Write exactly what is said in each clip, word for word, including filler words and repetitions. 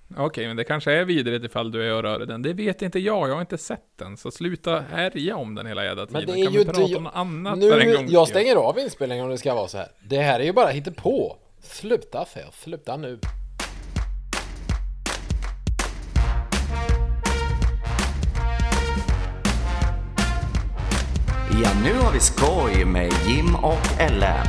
Okej, okay, men det kanske är vidrigt ifall du är och rör den. Det vet inte jag, jag har inte sett den. Så sluta härja om den hela jävla tiden. Men det är kan ju vi prata du... om något annat nu, för en gång? Jag stänger av inspelningen om det ska vara så här. Det här är ju bara hittepå. Sluta för, sluta nu. Ja, nu har vi skoj med Jim och Ellen.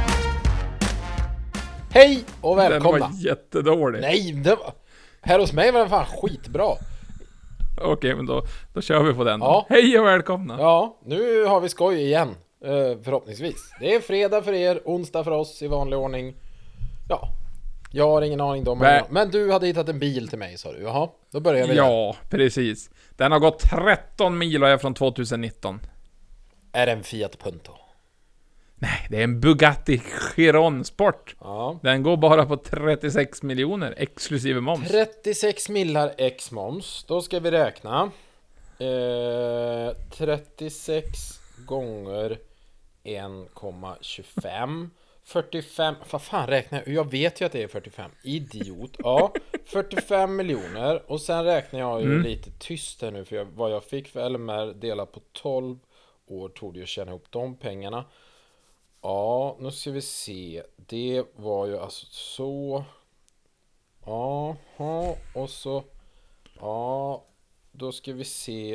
Hej och välkomna. Den var jättedålig. Nej, det var... här hos mig var den fan skitbra. Okej, okay, men då, då kör vi på den. Ja. Hej och välkomna. Ja, nu har vi skoj igen. Förhoppningsvis. Det är fredag för er, onsdag för oss i vanlig ordning. Ja, jag har ingen aning om. Vä- Men du hade hittat en bil till mig, sa du. Jaha, då börjar vi. Ja, där. Precis. Den har gått tretton mil och är från tjugonitton. Är det en Fiat Punto? Nej, det är en Bugatti Chiron Sport. Ja. Den går bara på trettiosex miljoner exklusive moms. trettiosex millar ex moms. Då ska vi räkna. Eh, trettiosex gånger en komma tjugofem. fyrtiofem. Vad fan räknar jag? Jag vet ju att det är fyrtiofem. Idiot. Ja, fyrtiofem miljoner. Och sen räknar jag ju mm. lite tyst här nu. För jag, vad jag fick för L M R delat på tolv år tog det att tjäna ihop de pengarna. Ja, nu ska vi se. Det var ju alltså så. Ja, och så. Ja, då ska vi se.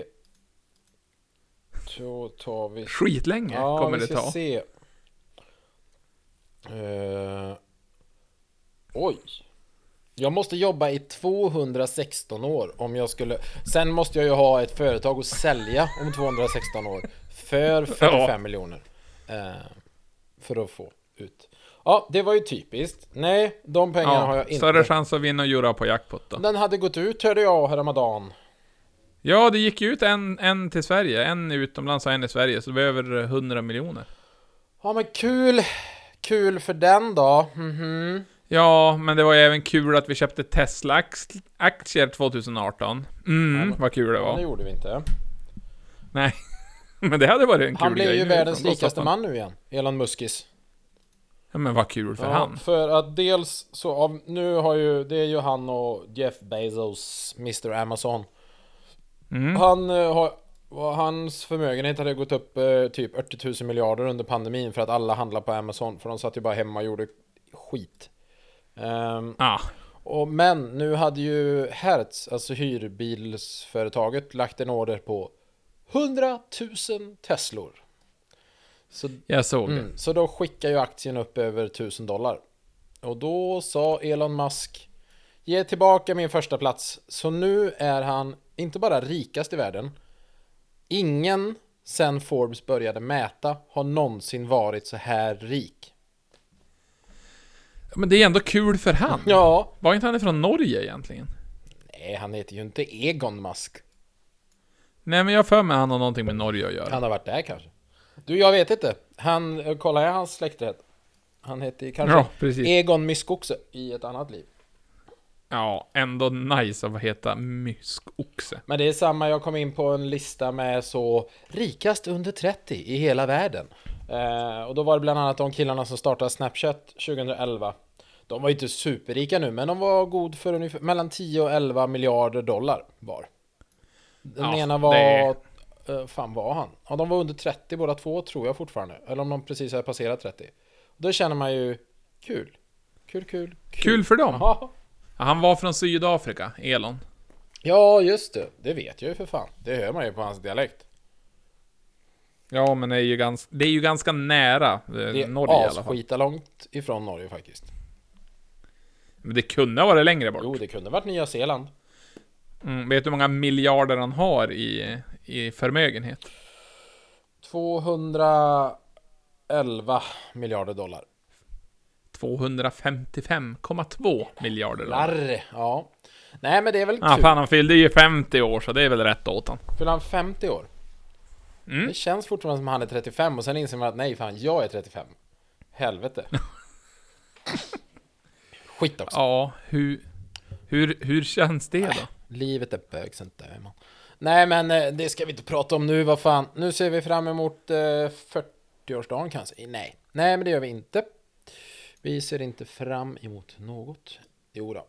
Då tar vi. Skitlänge ja, kommer vi det ska ta. Se. Uh, oj. Jag måste jobba i tvåhundrasexton år om jag skulle. Sen måste jag ju ha ett företag att sälja om tvåhundrasexton år för fyrtiofem ja. miljoner. Uh, för att få ut. Ja, det var ju typiskt. Nej, de pengarna ja, har jag inte. Större chans att vinna och göra på jackpot då. Den hade gått ut, hörde jag, Ramadan. Ja, det gick ut en, en till Sverige. En utomlands och en i Sverige. Så det var över hundra miljoner. Ja, men kul. Kul för den då. Mm-hmm. Ja, men det var ju även kul att vi köpte Tesla-aktier tjugoarton. Mm, ja, vad kul det var. Ja, det gjorde vi inte. Nej, men det hade varit en kul Han blev grej. ju nu, världens rikaste man nu igen. Elon Muskis. Ja, men vad kul för ja, han. För att dels så av, nu har ju, det är ju han och Jeff Bezos, mister Amazon. Mm. Han har, hans förmögenhet hade gått upp eh, typ åttio tusen miljarder under pandemin för att alla handlar på Amazon. För de satt ju bara hemma och gjorde skit. Um, ah. och, men nu hade ju Hertz, alltså hyrbilsföretaget, lagt en order på hundratusen Teslor. Så, jag såg det. Mm, så då skickar ju aktien upp över tusen dollar. Och då sa Elon Musk: ge tillbaka min första plats. Så nu är han inte bara rikast i världen. Ingen sen Forbes började mäta har någonsin varit så här rik. Men det är ändå kul för han. Ja. Var inte han från Norge egentligen? Nej, han heter ju inte Egon Musk. Nej, men jag för mig han har någonting med Norge att göra. Han har varit där kanske. Du, jag vet inte. Han, kolla jag hans släkträtt. Han heter kanske ja, precis. Egon Myskoxe i ett annat liv. Ja, ändå nice att heta Myskoxe. Men det är samma, jag kom in på en lista med så rikast under trettio i hela världen. Eh, och då var det bland annat de killarna som startade Snapchat tjugoelva. De var ju inte superrika nu, men de var god för ungefär mellan tio och elva miljarder dollar var. Den ja, ena var... Det... Uh, fan var han? Ja, de var under trettio båda två, tror jag fortfarande. Eller om de precis har passerat trettio. Då känner man ju kul. Kul, kul, kul. Kul för dem. Aha. Han var från Sydafrika, Elon. Ja, just det. Det vet jag ju för fan. Det hör man ju på hans dialekt. Ja, men det är ju ganska, det är ju ganska nära det är Norge i alla fall. Skita långt ifrån Norge faktiskt. Men det kunde ha varit längre bort. Jo, det kunde ha varit Nya Zeeland. Mm, vet du hur många miljarder han har i, i förmögenhet? tvåhundraelva miljarder dollar. tvåhundrafemtiofem komma två miljarder dollar. Larr, ja. Nej, men det är väl kul. Ja, fan, han fyllde ju femtio år, så det är väl rätt åt han. Fyllde han femtio år? Mm. Det känns fortfarande som han är trettiofem. Och sen inser man att nej, fan, jag är trettiofem. Helvete. Skit också. Ja, hur, hur, hur känns det då? Äh, livet är bög, sånt där, man. Nej, men det ska vi inte prata om nu, vad fan. Nu ser vi fram emot eh, fyrtioårsdagen kanske. Nej, nej, men det gör vi inte. Vi ser inte fram emot något. Jo då.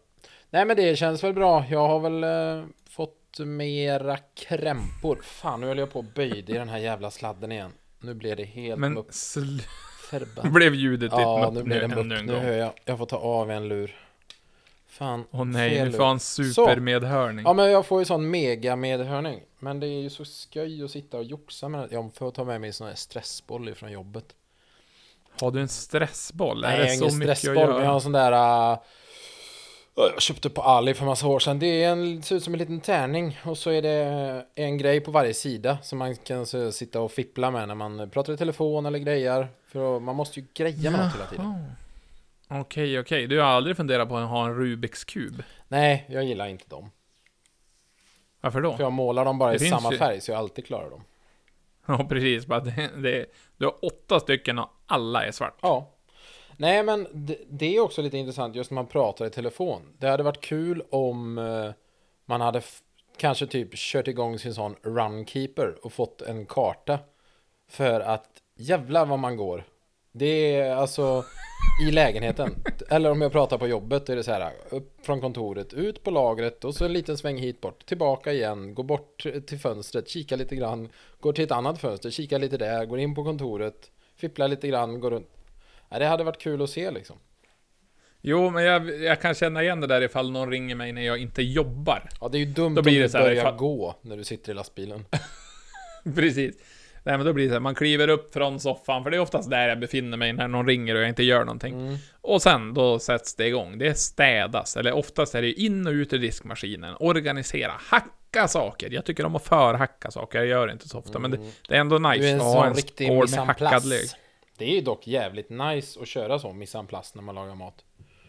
Nej men det känns väl bra. Jag har väl eh, fått mera krämpor. Fan, nu höll jag på att böjde i den här jävla sladden igen. Nu blev det helt Men mupp. sl- Förbannat. blev ljudet Ja, ditt nu mupp blev det ännu mupp. en Nu gång. hör jag. Jag får ta av en lur. Fan. Åh nej, fel nu lur. får han supermedhörning. Ja men jag får ju sån mega medhörning. Men det är ju så skoj att sitta och joxa med det. Jag får ta med mig en sån här stressboll ifrån jobbet. Har du en stressboll? Nej, är jag det har så ingen mycket stressboll, att men jag har göra? en sån där uh, jag köpte på Ali för massa år sedan. Det är en, ser ut som en liten tärning. Och så är det en grej på varje sida som man kan så, sitta och fippla med när man pratar i telefon eller grejer. För man måste ju greja med något hela tiden. Jaha. Okej, okej. Du har aldrig funderat på att ha en Rubiks kub? Nej, jag gillar inte dem. Varför då? För jag målar dem bara Det i finns samma ju- färg så jag alltid klarar dem. Ja, precis. Bara det, det, du har åtta stycken och alla är svart. Ja. Nej men det, det är också lite intressant just när man pratar i telefon. Det hade varit kul om eh, man hade f- kanske typ kört igång sin sån runkeeper och fått en karta. För att jävlar vad man går. Det är alltså i lägenheten. Eller om jag pratar på jobbet är det så här. Upp från kontoret, ut på lagret och så en liten sväng hit bort. Tillbaka igen, gå bort till fönstret, kika lite grann. Går till ett annat fönster, kika lite där, går in på kontoret. Fipplar lite grann, går runt. Ja, det hade varit kul att se liksom. Jo, men jag, jag kan känna igen det där ifall någon ringer mig när jag inte jobbar. Ja, det är ju dumt Då om blir du det så här, börjar ifall- gå när du sitter i lastbilen. Precis. Nej, men då blir det så här, man kliver upp från soffan, för det är oftast där jag befinner mig när någon ringer och jag inte gör någonting. Mm. Och sen, då sätts det igång. Det städas, eller oftast är det in och ut ur diskmaskinen. Organisera, hacka saker. Jag tycker om att förhacka saker, jag gör det inte så ofta, men det, det är ändå nice Du är en att ha sån en riktig skål med mise en hackad place. lök. Det är ju dock jävligt nice att köra så mise en place när man lagar mat.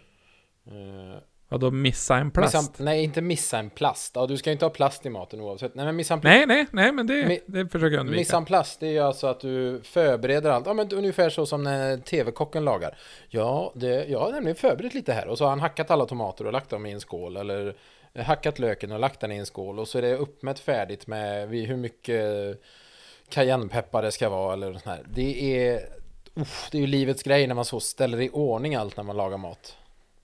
Uh, Vadå, missa en plast? mise en, nej, inte missa en plast. Ja, du ska ju inte ha plast i maten oavsett. Nej, men mise en place. Nej, nej, nej, men det, Mi- det försöker jag undvika. Mise en place, det är ju alltså att du förbereder allt. Ja, men ungefär så som när tv-kocken lagar. Ja, det, jag har nämligen förberett lite här. Och så har han hackat alla tomater och lagt dem i en skål. Eller hackat löken och lagt den i en skål. Och så är det uppmätt färdigt med vid hur mycket cayennepeppar det ska vara. Eller sånt här. Det är, uff, det är ju livets grej när man så ställer i ordning allt när man lagar mat.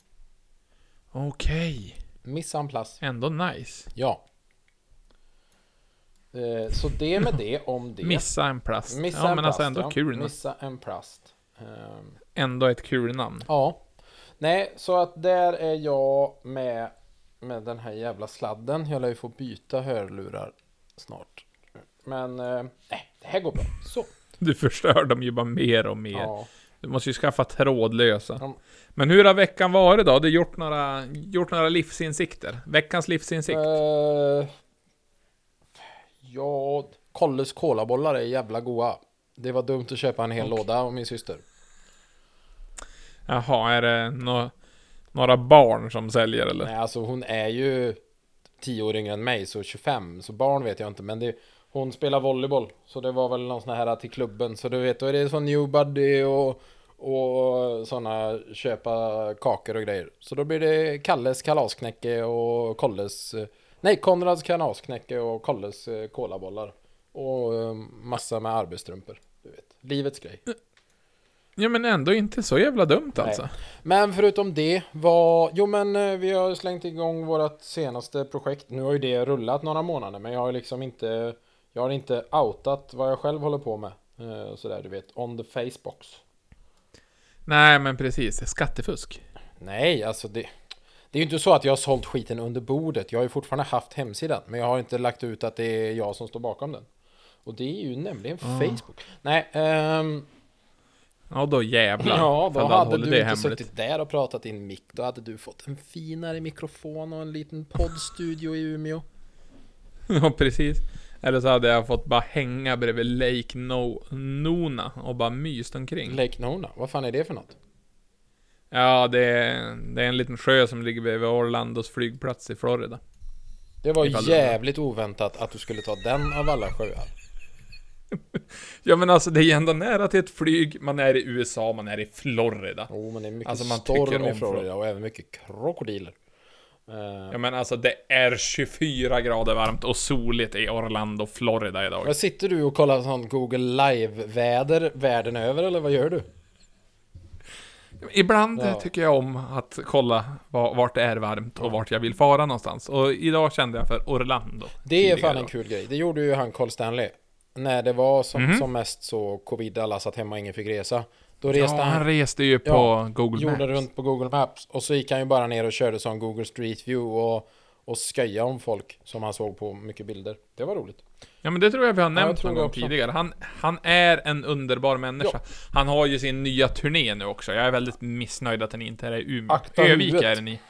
Okej, Mise en place. ändå nice. Ja. Eh, så det med det om det. Missa en plast. Missa Ja, en men alltså plast, ändå ja. kul. Missa en plast. Ehm, Ändå ett kul namn. ja. Nej, så att där är jag med med den här jävla sladden. Jag lär ju få byta hörlurar snart. Men eh, nej, det här går bra. Så. Du förstör dem ju bara mer och mer. Ja. Du måste ju skaffa trådlösa. Ja. Men hur har veckan varit då? Du har gjort några, gjort några livsinsikter. Veckans livsinsikt. Eh, ja, Kolles kolabollar är jävla goda. Det var dumt att köpa en hel Okej. låda av min syster. Jaha, är det nå- några barn som säljer eller? Nej, alltså hon är ju tio år yngre än mig, så tjugofem. Så barn vet jag inte, men det, hon spelar volleyboll. Så det var väl någon sån här till klubben. Så du vet, då är det sån new buddy och, och såna köpa kakor och grejer. Så då blir det Kalles kalasknäcke och Kolles... Nej, Konrads kalasknäcke och Kolles eh, kolabollar. Och eh, massa med arbetsstrumpor. Du vet, livets grej. Ja, men ändå inte så jävla dumt alltså. Men förutom det var... Jo men eh, vi har slängt igång vårt senaste projekt. Nu har ju det rullat några månader. Men jag har liksom inte... Jag har inte outat vad jag själv håller på med. Eh, sådär du vet. On the Facebox. Nej, men precis. Skattefusk. Nej, alltså det... Det är ju inte så att jag har sålt skiten under bordet. Jag har ju fortfarande haft hemsidan. Men jag har inte lagt ut att det är jag som står bakom den. Och det är ju nämligen Ah. Facebook. Nej, ehm... Ja, då jävlar. Ja, då Ifall hade håller du det inte hemligt. suttit där och pratat i en mick. Då hade du fått en finare mikrofon och en liten poddstudio i Umeå. Ja, precis. Eller så hade jag fått bara hänga bredvid Lake no- Nona och bara myst omkring. Lake Nona, vad fan är det för något? Ja, det är, det är en liten sjö som ligger bredvid Orlandos flygplats i Florida. Det var Ifall du- jävligt oväntat att du skulle ta den av alla sjöar. Ja, men alltså det är ju ändå nära till ett flyg. Man är i U S A, man är i Florida. Jo, men det är mycket Alltså, man tycker storm i om Florida och även mycket krokodiler. Eh, Ja, men alltså det är tjugofyra grader varmt och soligt i Orlando, Florida idag. Vad sitter du och kollar sånt Google Live-väder världen över eller vad gör du? Ibland Ja. tycker jag om att kolla var, vart det är varmt och vart jag vill fara någonstans. Och idag kände jag för Orlando. Det är fan tidigare en då. kul grej. Det gjorde ju han Carl Stanley. När det var som, Mhm. som mest så covid, alla satt hemma och ingen fick resa. Då Ja, reste han han, reste ju på Ja, Google gjorde Maps. runt på Google Maps. Och så gick han ju bara ner och körde som Google Street View och, och sköja om folk som han såg på mycket bilder. Det var roligt. Ja, men det tror jag vi har jag nämnt tror någon det gång också. tidigare. Han, han är en underbar människa. Han har ju sin nya turné nu också. Jag är väldigt missnöjd att den inte är i Umeå. Akta Övik huvudet. är den i.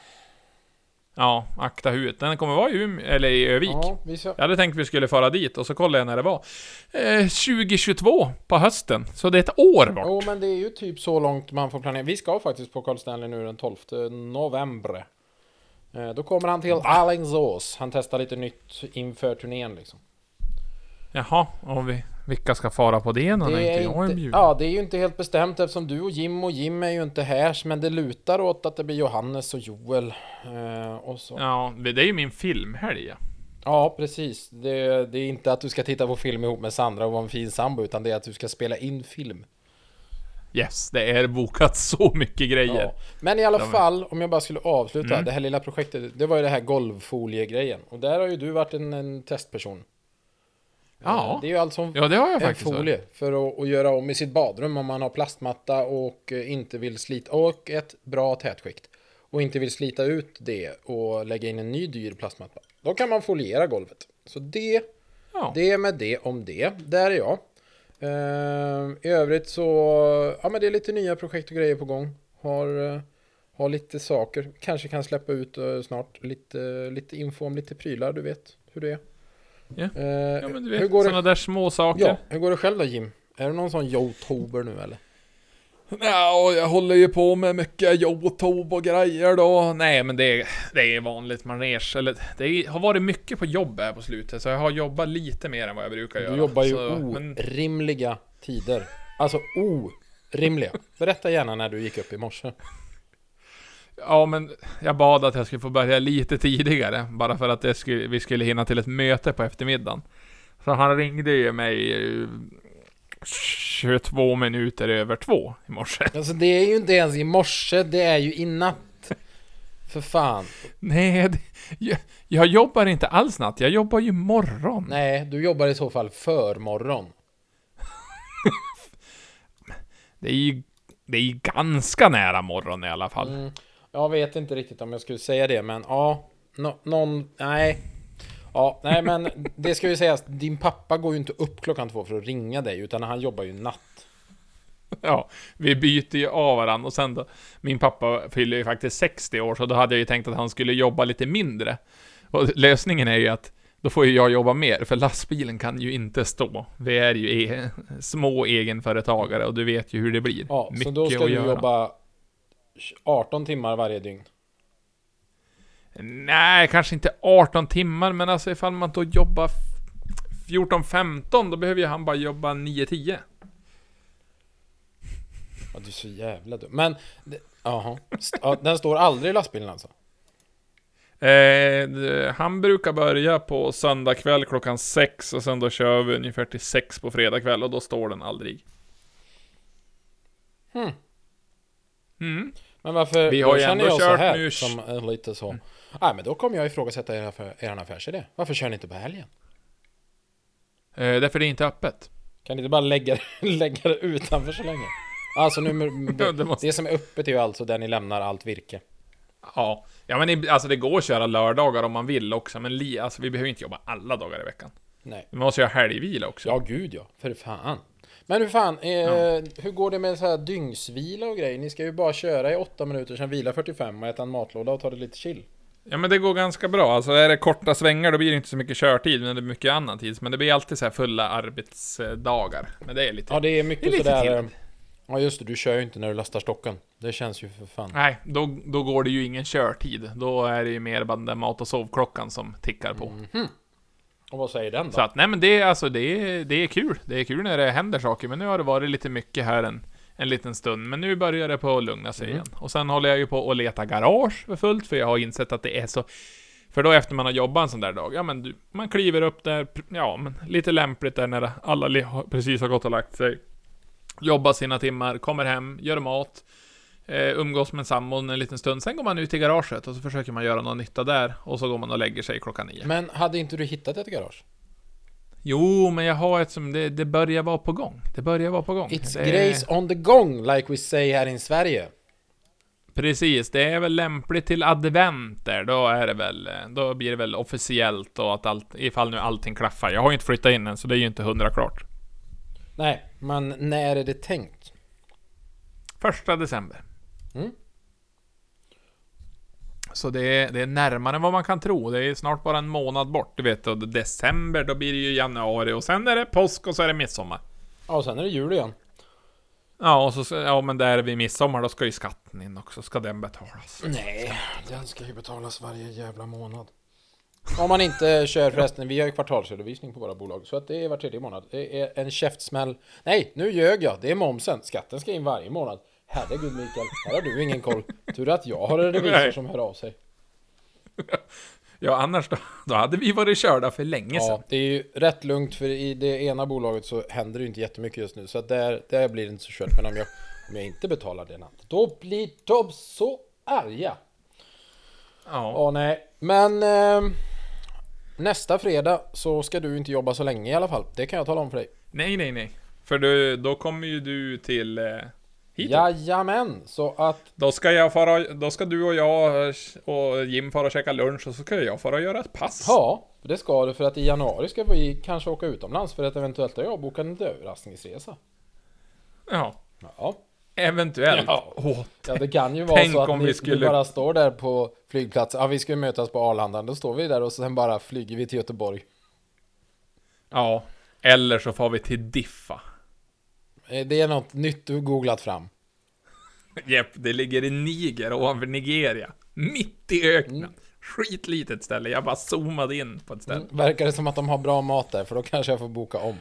Ja, akta huvudet. Den kommer vara i Umeå, eller i Övik. Ja, vi ska... Jag hade tänkt att vi skulle fara dit och så kollade jag när det var. Eh, tjugo tjugotvå på hösten. Så det är ett år bort. Jo, men det är ju typ så långt man får planera. Vi ska faktiskt på Carl Stanley nu den tolfte november. Eh, Då kommer han till Alingsås. Han testar lite nytt inför turnén liksom. Jaha, och vi, vilka ska fara på det? Någon Det inte är, jag är inte, bjuden. ja, det är ju inte helt bestämt eftersom du och Jim och Jim är ju inte här. Men det lutar åt att det blir Johannes och Joel. Eh, och så. Ja, det är ju min filmhelg. Ja. Ja, precis. Det, det är inte att du ska titta på film ihop med Sandra och vara en fin sambo, utan det är att du ska spela in film. Yes, det är bokat så mycket grejer. Ja. Men i alla De är- fall, om jag bara skulle avsluta, Mm. det här lilla projektet, det var ju det här golvfolie-grejen. Och där har ju du varit en, en testperson. Ja. Eh, Det är ju alltså Ja, det har jag en faktiskt. folie för att, att göra om i sitt badrum om man har plastmatta och eh, inte vill slita, och ett bra tätskikt. Och inte vill slita ut det och lägga in en ny dyr plastmatta. Då kan man foliera golvet. Så det Ja. Det är med det om det. Där är jag. Eh, I övrigt så... Ja, men det är lite nya projekt och grejer på gång. Har, eh, har lite saker. Kanske kan släppa ut eh, snart. Lite, lite info om lite prylar, du vet hur det är. Ja. Eh, Ja, men du vet, hur går sådana det? där små saker. Ja, hur går det själv då, Jim? Är det någon sån youtuber nu eller? Ja, jag håller ju på med mycket YouTube och grejer då. Nej, men det är, det är vanligt manege. Eller, det är, har varit mycket på jobb här på slutet, så jag har jobbat lite mer än vad jag brukar göra. Du jobbar ju så, men, orimliga tider. Alltså orimliga. Berätta gärna när du gick upp i morse. ja, men jag bad att jag skulle få börja lite tidigare. Bara för att det skulle, vi skulle hinna till ett möte på eftermiddagen. Så han ringde ju mig eh, tjugotvå minuter över två i morse. Alltså det är ju inte ens i morse, det är ju i natt. För fan. Nej, det, jag, jag jobbar inte alls natt. Jag jobbar ju morgon. Nej, du jobbar i så fall för morgon. Det är ju det är ju ganska nära morgon i alla fall. Mm, jag vet inte riktigt om jag skulle säga det, men ja, no, någon, nej. Ja, nej men det ska ju sägas, din pappa går ju inte upp klockan två för att ringa dig, utan han jobbar ju natt. Ja, vi byter ju av varandra och sen då, min pappa fyller ju faktiskt sextio år, så då hade jag ju tänkt att han skulle jobba lite mindre. Och lösningen är ju att då får ju jag jobba mer, för lastbilen kan ju inte stå. Vi är ju e- små egenföretagare och du vet ju hur det blir. Ja, så Mycket då ska att du göra. jobba arton timmar varje dygn. Nej, kanske inte arton timmar, men alltså ifall man då jobbar fjorton femton, då behöver ju han bara jobba nio tio. Ja, du är så jävla dum. Men, det- jaha. St- ja, den står aldrig i lastbilen alltså? Eh, d- han brukar börja på söndag kväll klockan sex och sen då kör vi ungefär till sex på fredag kväll och då står den aldrig. Hmm. Mm. Men varför, Vi har då ju känner ändå jag så kört här, nu- som en lite så. Nej, men då kommer jag ifrågasätta er, affär, er affärsidé. Varför kör ni inte på helgen? Eh, därför det är inte öppet. Kan ni inte bara lägga, lägga det utanför så länge? Alltså nu, med- Ja, det måste- det som är öppet är ju alltså där ni lämnar allt virke. Ja, ja men i- alltså det går att köra lördagar om man vill också, men li, alltså vi behöver inte jobba alla dagar i veckan. Nej. Vi måste ju ha helgvila också. Ja, gud ja. För fan. Men hur fan, eh, hur går det med så här dygnsvila och grejer? Ni ska ju bara köra i åtta minuter, sen vila fyrtiofem och äta en matlåda och ta det lite chill. Ja, men det går ganska bra. Alltså är det korta svängar då blir det inte så mycket körtid, men det är mycket annan tid. Men det blir alltid så här fulla arbetsdagar. Men det är lite... Ja, det är mycket Det är lite sådär... till. eh, Ja, just det. Du kör ju inte när du lastar stocken. Det känns ju för fan. Nej, då, då går det ju ingen körtid. Då är det ju mer bara den där mat- och sovklockan som tickar på. Mm. Och vad säger den då? Så att, nej men det är alltså, det är, det är kul. Det är kul när det händer saker. Men nu har det varit lite mycket här en, en liten stund. Men nu börjar det på att lugna sig Mm. igen. Och sen håller jag ju på att leta garage för fullt. För jag har insett att det är så... För då efter man har jobbat en sån där dag, ja men du, man kliver upp där, ja men lite lämpligt där när alla li- har- precis har gått och lagt sig. Jobbar sina timmar, kommer hem, gör mat. eh, umgås med sambon en liten stund. Sen går man ut i garaget och så försöker man göra någon nytta där. Och så går man och lägger sig klockan nio. Men hade inte du hittat ett garage? Jo, men jag har ett som det, det börjar vara på gång. Det börjar vara på gång. It's det grace on the gong, like we say här i Sverige. Precis, det är väl lämpligt till advent där. Då är det väl, då blir det väl officiellt och att allt, ifall nu allting klaffar. Jag har ju inte flyttat in än, så det är ju inte hundra klart. Nej, men när är det tänkt? Första december. Mm. Så det är, det är närmare än vad man kan tro. Det är snart bara en månad bort. Du vet, och december, då blir det ju januari. Och sen är det påsk och så är det midsommar. Ja, och sen är det jul igen. Ja, och så, ja, men där vid midsommar, då ska ju skatten in också. Ska den betalas? Nej, den ska ju betalas varje jävla månad. Om man inte kör förresten, vi har ju kvartalsredovisning på våra bolag. Så att det är var tredje månad. Det är en käftsmäll. Nej, nu ljög jag. Det är momsen. Skatten ska in varje månad. Herregud Mikael, här har du ingen koll. Tur att jag har en revisor som hör av sig. Ja, annars då, då hade vi varit körda för länge sedan. Ja, det är ju rätt lugnt, för i det ena bolaget så händer det ju inte jättemycket just nu. Så att där, där blir det inte så kört. Men om jag, om jag inte betalar det natt, då blir de så arga. Ja. Ja, nej. Men eh, nästa fredag så ska du inte jobba så länge i alla fall. Det kan jag tala om för dig. Nej, nej, nej. För du, då kommer ju du till eh, hit. Jajamän, så att... Då ska jag fara, då ska du och jag och Jim fara och käka lunch, och så ska jag fara och göra ett pass. Ja, det ska du, för att i januari ska vi kanske åka utomlands för att eventuellt har jag bokat en överraskningsresa. Ja. Ja. Eventuellt. Ja. Åh, Ja, det kan ju vara tänk så att om ni, vi skulle... ni bara står där på flygplatsen. Ja, vi ska mötas på Arlanda. Då står vi där och sen bara flyger vi till Göteborg. Ja. Eller så får vi till Diffa. Det är något nytt du googlat fram. Jepp, det ligger i Niger ovanför Nigeria. Mitt i öknen. Mm. Skitlitet ställe. Jag bara zoomade in på ett ställe. Mm, verkar det som att de har bra mat där, för då kanske jag får boka om.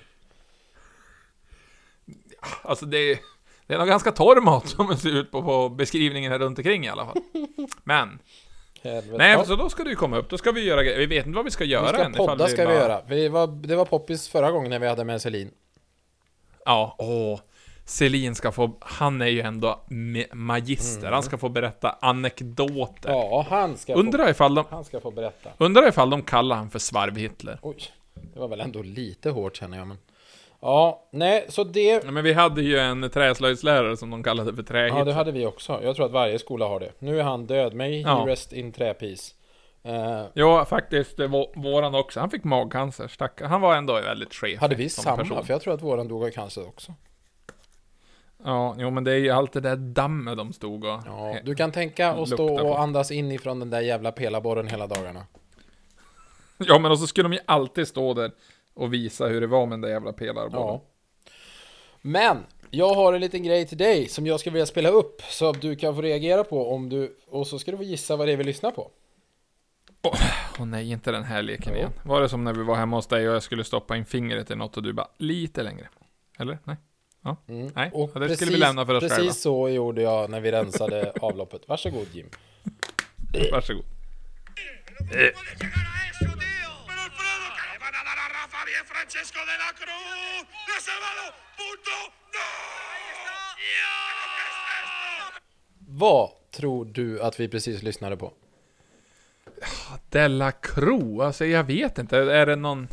Alltså det är, det är nog ganska torr mat som det ser ut på, på beskrivningen här runt omkring i alla fall. Men Helvete. nej, Ja. så då ska du komma upp. Då ska vi göra, vi vet inte vad vi ska göra Vi ska än, ifall podda ska bara... vi göra. Vi var, det var poppis förra gången när vi hade med Selin. Ja, åh. Selin ska få, han är ju ändå magister. Mm. Han ska få berätta anekdoter. Ja, han ska, undrar få, ifall de, han ska få berätta. Undrar ifall de kallar han för Svarv-Hitler. Oj, det var väl ändå lite hårt känner jag, men... Ja, nej, så det... Ja, men vi hade ju en träslöjdslärare som de kallade för Trähitler. Ja, det hade vi också. Jag tror att varje skola har det. Nu är han död. May ja. he rest in träpis. Uh, ja, faktiskt. Det var våran också. Han fick magcancer, stackare. Han var ändå väldigt chef. Hade vi samma? Person. För jag tror att våran dog av cancer också. Ja, jo, men det är ju allt det där dammet de stod och... Ja, du kan tänka och stå och andas in ifrån den där jävla pelarborren hela dagarna. Ja, men och så skulle de ju alltid stå där och visa hur det var med den där jävla pelarborren. Ja. Men jag har en liten grej till dig som jag skulle vilja spela upp, så att du kan få reagera på om du... Och så ska du få gissa vad det är vi lyssnar på. Åh oh, nej, inte den här leken ja. igen. Var det som när vi var hemma hos dig och jag skulle stoppa in fingret i något och du bara lite längre? Eller? Nej? Ja. Mm. Nej, och det precis, skulle vi lämna för oss precis själva. Precis så gjorde jag när vi rensade avloppet. Varsågod Jim. Varsågod. Vad tror du att vi precis lyssnade på? Della Cro, alltså jag vet inte. Är det någon...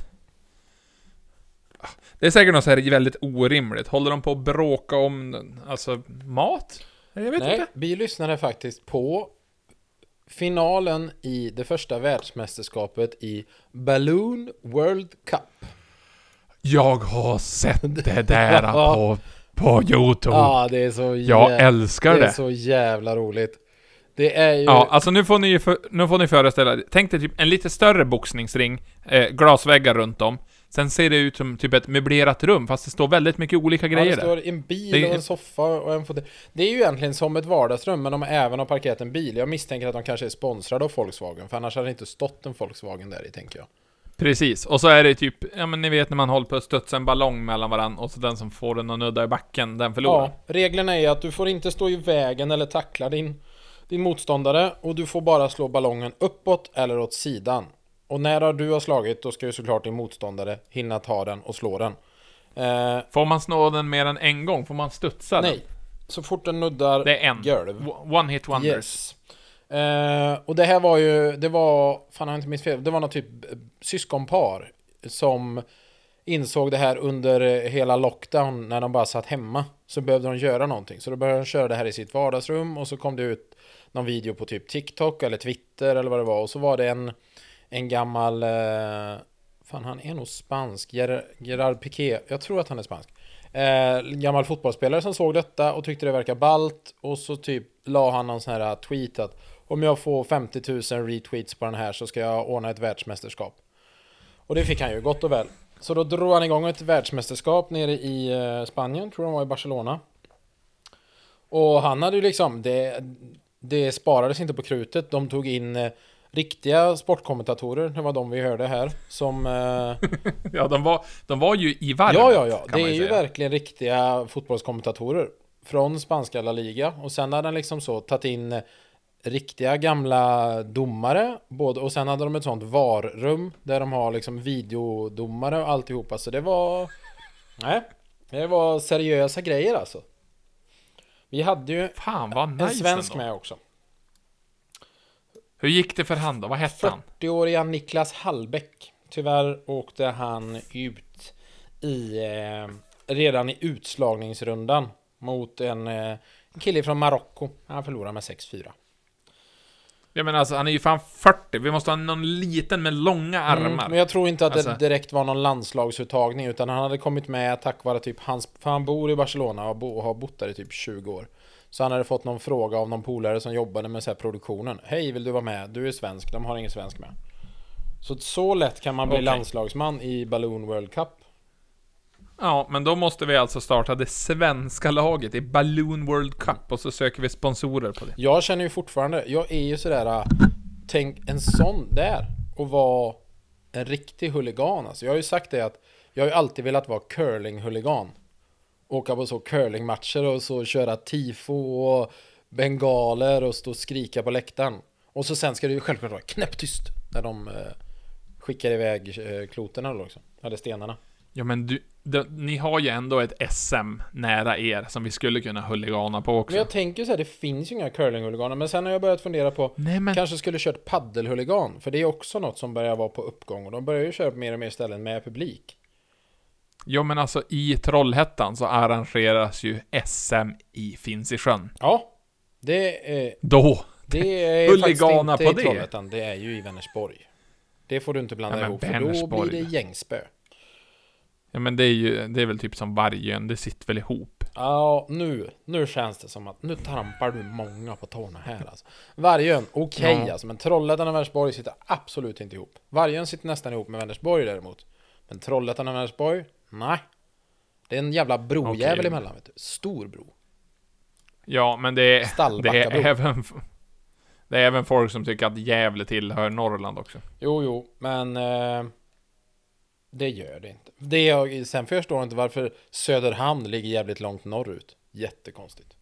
Det är säkert något så här väldigt orimligt. Håller de på att bråka om alltså mat? Jag vet Nej, inte. vi lyssnade faktiskt på finalen i det första världsmästerskapet i Balloon World Cup. Jag har sett det där på, på YouTube. Ja, det är så jävla, jag älskar det. Det är så jävla roligt. Det är ju... Ja, alltså nu får ni för, nu får ni föreställa. Tänk dig typ en lite större boxningsring, eh, glasväggar runt om. Sen ser det ut som typ ett möblerat rum, fast det står väldigt mycket olika grejer där. Ja, det står en bil det är... och en soffa och en fot. Det är ju egentligen som ett vardagsrum, men de har även har parkerat en bil. Jag misstänker att de kanske är sponsrade av Volkswagen, för annars hade det inte stått en Volkswagen där i, tänker jag. Precis, och så är det typ, ja men ni vet när man håller på att studsa en ballong mellan varandra och så den som får den att nudda i backen, den förlorar. Ja, reglerna är att du får inte stå i vägen eller tackla din, din motståndare, och du får bara slå ballongen uppåt eller åt sidan. Och när du har slagit, då ska ju såklart din motståndare hinna ta den och slå den. Eh, får man snå den mer än en gång? Får man studsa nej. den? så fort den nuddar Det är en. golv. One hit wonders. Yes. Eh, och det här var ju, det var, fan jag har inte minst fel, det var något typ syskonpar som insåg det här under hela lockdown när de bara satt hemma. Så behövde de göra någonting. Så då började de köra det här i sitt vardagsrum och så kom det ut någon video på typ TikTok eller Twitter eller vad det var. Och så var det en, en gammal, eh, fan han är nog spansk, Ger, Gerard Piqué, jag tror att han är spansk. Eh, gammal fotbollsspelare som såg detta och tyckte det verkar ballt. Och så typ la han någon sån här tweet att om jag får femtio tusen retweets på den här så ska jag ordna ett världsmästerskap. Och det fick han ju gott och väl. Så då drog han igång ett världsmästerskap nere i eh, Spanien, tror jag var i Barcelona. Och han hade ju liksom, det, det sparades inte på krutet. De tog in eh, riktiga sportkommentatorer, det var de vi hörde här. Som... Eh, ja, de var, de var ju i varvet. Ja, ja, ja. Det är ju ju verkligen riktiga fotbollskommentatorer från spanska La Liga. Och sen hade han liksom så tagit in eh, riktiga gamla domare både, och sen hade de ett sånt varrum där de har liksom videodomare och alltihopa. Så det var nej, det var seriösa grejer alltså. Vi hade ju Fan, vad nice en svensk ändå. med också. Hur gick det för han då? Vad hette han? fyrtioåriga Niklas Hallbäck. Tyvärr åkte han ut i eh, redan i utslagningsrundan mot en eh, kille från Marocko. Han förlorade med sex fyra. Jag menar alltså, han är ju fan fyrtio. Vi måste ha någon liten med långa armar. Mm, men jag tror inte att alltså. det direkt var någon landslagsuttagning, utan han hade kommit med tack vare typ hans, för han bor i Barcelona och, bo, och har bott där i typ tjugo år. Så han hade fått någon fråga av någon polare som jobbade med så här produktionen. Hej, vill du vara med? Du är svensk, de har ingen svensk med. Så så lätt kan man bli okay. landslagsman i Balloon World Cup. Ja, men då måste vi alltså starta det svenska laget i Balloon World Cup och så söker vi sponsorer på det. Jag känner ju fortfarande, jag är ju sådär, tänk en sån där och vara en riktig huligan alltså. Jag har ju sagt det att jag har ju alltid velat vara curling-huligan. Åka på så curlingmatcher och så köra tifo och bengaler och stå och skrika på läktaren. Och så sen ska det ju självklart vara knäpptyst när de eh, skickar iväg eh, kloterna då också, eller stenarna. Ja, men du, de, ni har ju ändå ett S M nära er som vi skulle kunna huligana på också. Men jag tänker så här, det finns ju inga curling-huliganer. Men sen har jag börjat fundera på, Nej, men... kanske skulle kört paddelhuligan. För det är också något som börjar vara på uppgång. Och de börjar ju köra på mer och mer ställen med publik. Jo, men alltså i Trollhättan så arrangeras ju S M i Finns i sjön. Ja, det är... Då! Det är Huligana faktiskt inte på i det. Trollhättan, det är ju i Vänersborg. Det får du inte blanda Ja, ihop, för Vänersborg. då blir det gängspö. Ja, men det är ju, det är väl typ som Vargön, det sitter väl ihop. Ja, nu, nu känns det som att nu trampar du många på tårna här alltså. Vargön, okej okay, ja. alltså, men Trollhättan och Vänersborg sitter absolut inte ihop. Vargön sitter nästan ihop med Vänersborg däremot. Men Trollhättan och Vänersborg, nej. Det är en jävla brojävel okay. emellan, vet du. Stor bro. Ja, men det är, det är även det är även folk som tycker att Gävle tillhör Norrland också. Jo, jo, men eh, det gör det inte. Det jag, sen förstår jag inte varför Söderhamn ligger jävligt långt norrut. Jättekonstigt.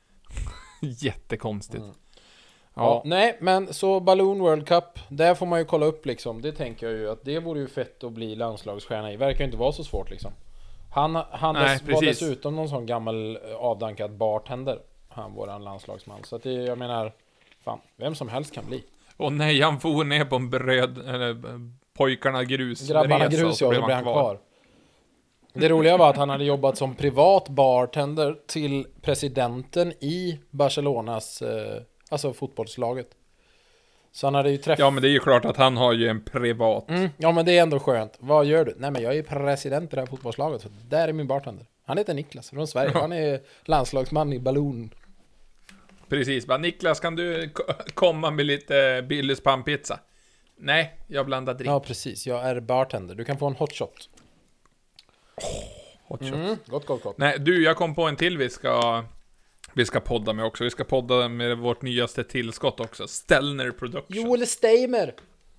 Jättekonstigt. Mm. Ja. Ja, nej, men så Balloon World Cup, där får man ju kolla upp liksom. Det tänker jag ju att det vore ju fett att bli landslagsstjärna i. Verkar ju inte vara så svårt liksom. Han, han nej, dess, var dessutom någon sån gammal avdankad bartender. Han våran landslagsman. Så att det, jag menar, fan, vem som helst kan bli. Och nej, han får ner på en bröd, eller pojkarna grus. Grabbarna grus, ja, så blev han kvar. kvar. Det roliga var att han hade jobbat som privat bartender till presidenten i Barcelonas, eh, alltså fotbollslaget. Så han hade ju träffat... Ja, men det är ju klart att han har ju en privat... Mm, ja, men det är ändå skönt. Vad gör du? Nej, men jag är president i det här fotbollslaget. Så där är min bartender. Han heter Niklas från Sverige. Han är landslagsman i Balloon. Precis. Bara, Niklas, kan du k- komma med lite Billys pannpizza? Nej, jag blandar drink. Ja, precis. Jag är bartender. Du kan få en hot shot. Oh, hot shot. Mm, gott, gott, gott. Nej, du, jag kom på en till vi ska... Vi ska podda med också. Vi ska podda med vårt nyaste tillskott också. Stellner Production. Joel Steimer.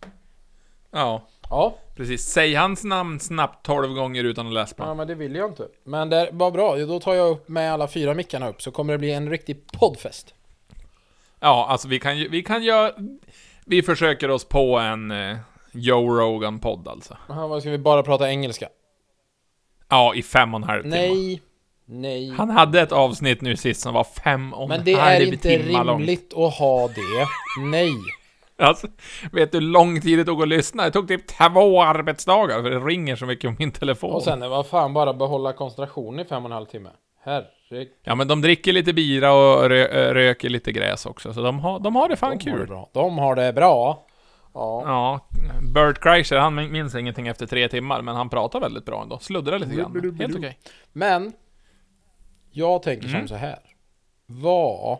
Ja. Ja. Precis. Säg hans namn snabbt tolv gånger utan att läsa på. Ja, men det vill jag inte. Men det var bra. Då tar jag upp med alla fyra mickarna upp. Så kommer det bli en riktig poddfest. Ja, alltså vi kan ju... Vi kan göra... Vi försöker oss på en eh, Joe Rogan-podd alltså. Aha, vad ska vi bara prata engelska? Ja, i fem och en halv timme. Nej. Nej. Han hade ett avsnitt nu sist som var fem och Men det en är halv inte timmar långt. rimligt att ha det. Nej. Alltså, vet du hur lång tid det tog att lyssna? Det tog typ två arbetsdagar, för det ringer så mycket om min telefon. Och sen, vad fan, bara behålla koncentrationen i fem och en halv timme. Herregud. Ja, men de dricker lite bira och rö- röker lite gräs också, så de har, de har det fan De kul. har det bra. De har det bra. Ja. Ja, Bert Kreischer, han minns ingenting efter tre timmar, men han pratar väldigt bra ändå. Sluddrar lite grann. Helt okej. Men jag tänker Mm. som så här. Vad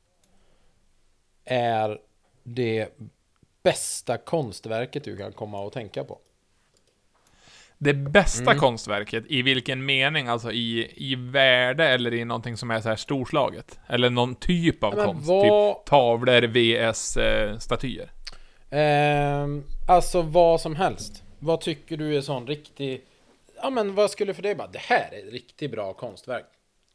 är det bästa konstverket du kan komma och tänka på? Det bästa Mm. konstverket, i vilken mening? Alltså i, i värde eller i någonting som är så här storslaget? Eller någon typ av Men konst? vad- Typ tavlor, V S-statyer. Ehm, alltså vad som helst. Vad tycker du är sån riktig... Ja, men vad skulle för dig bara, det här är ett riktigt bra konstverk.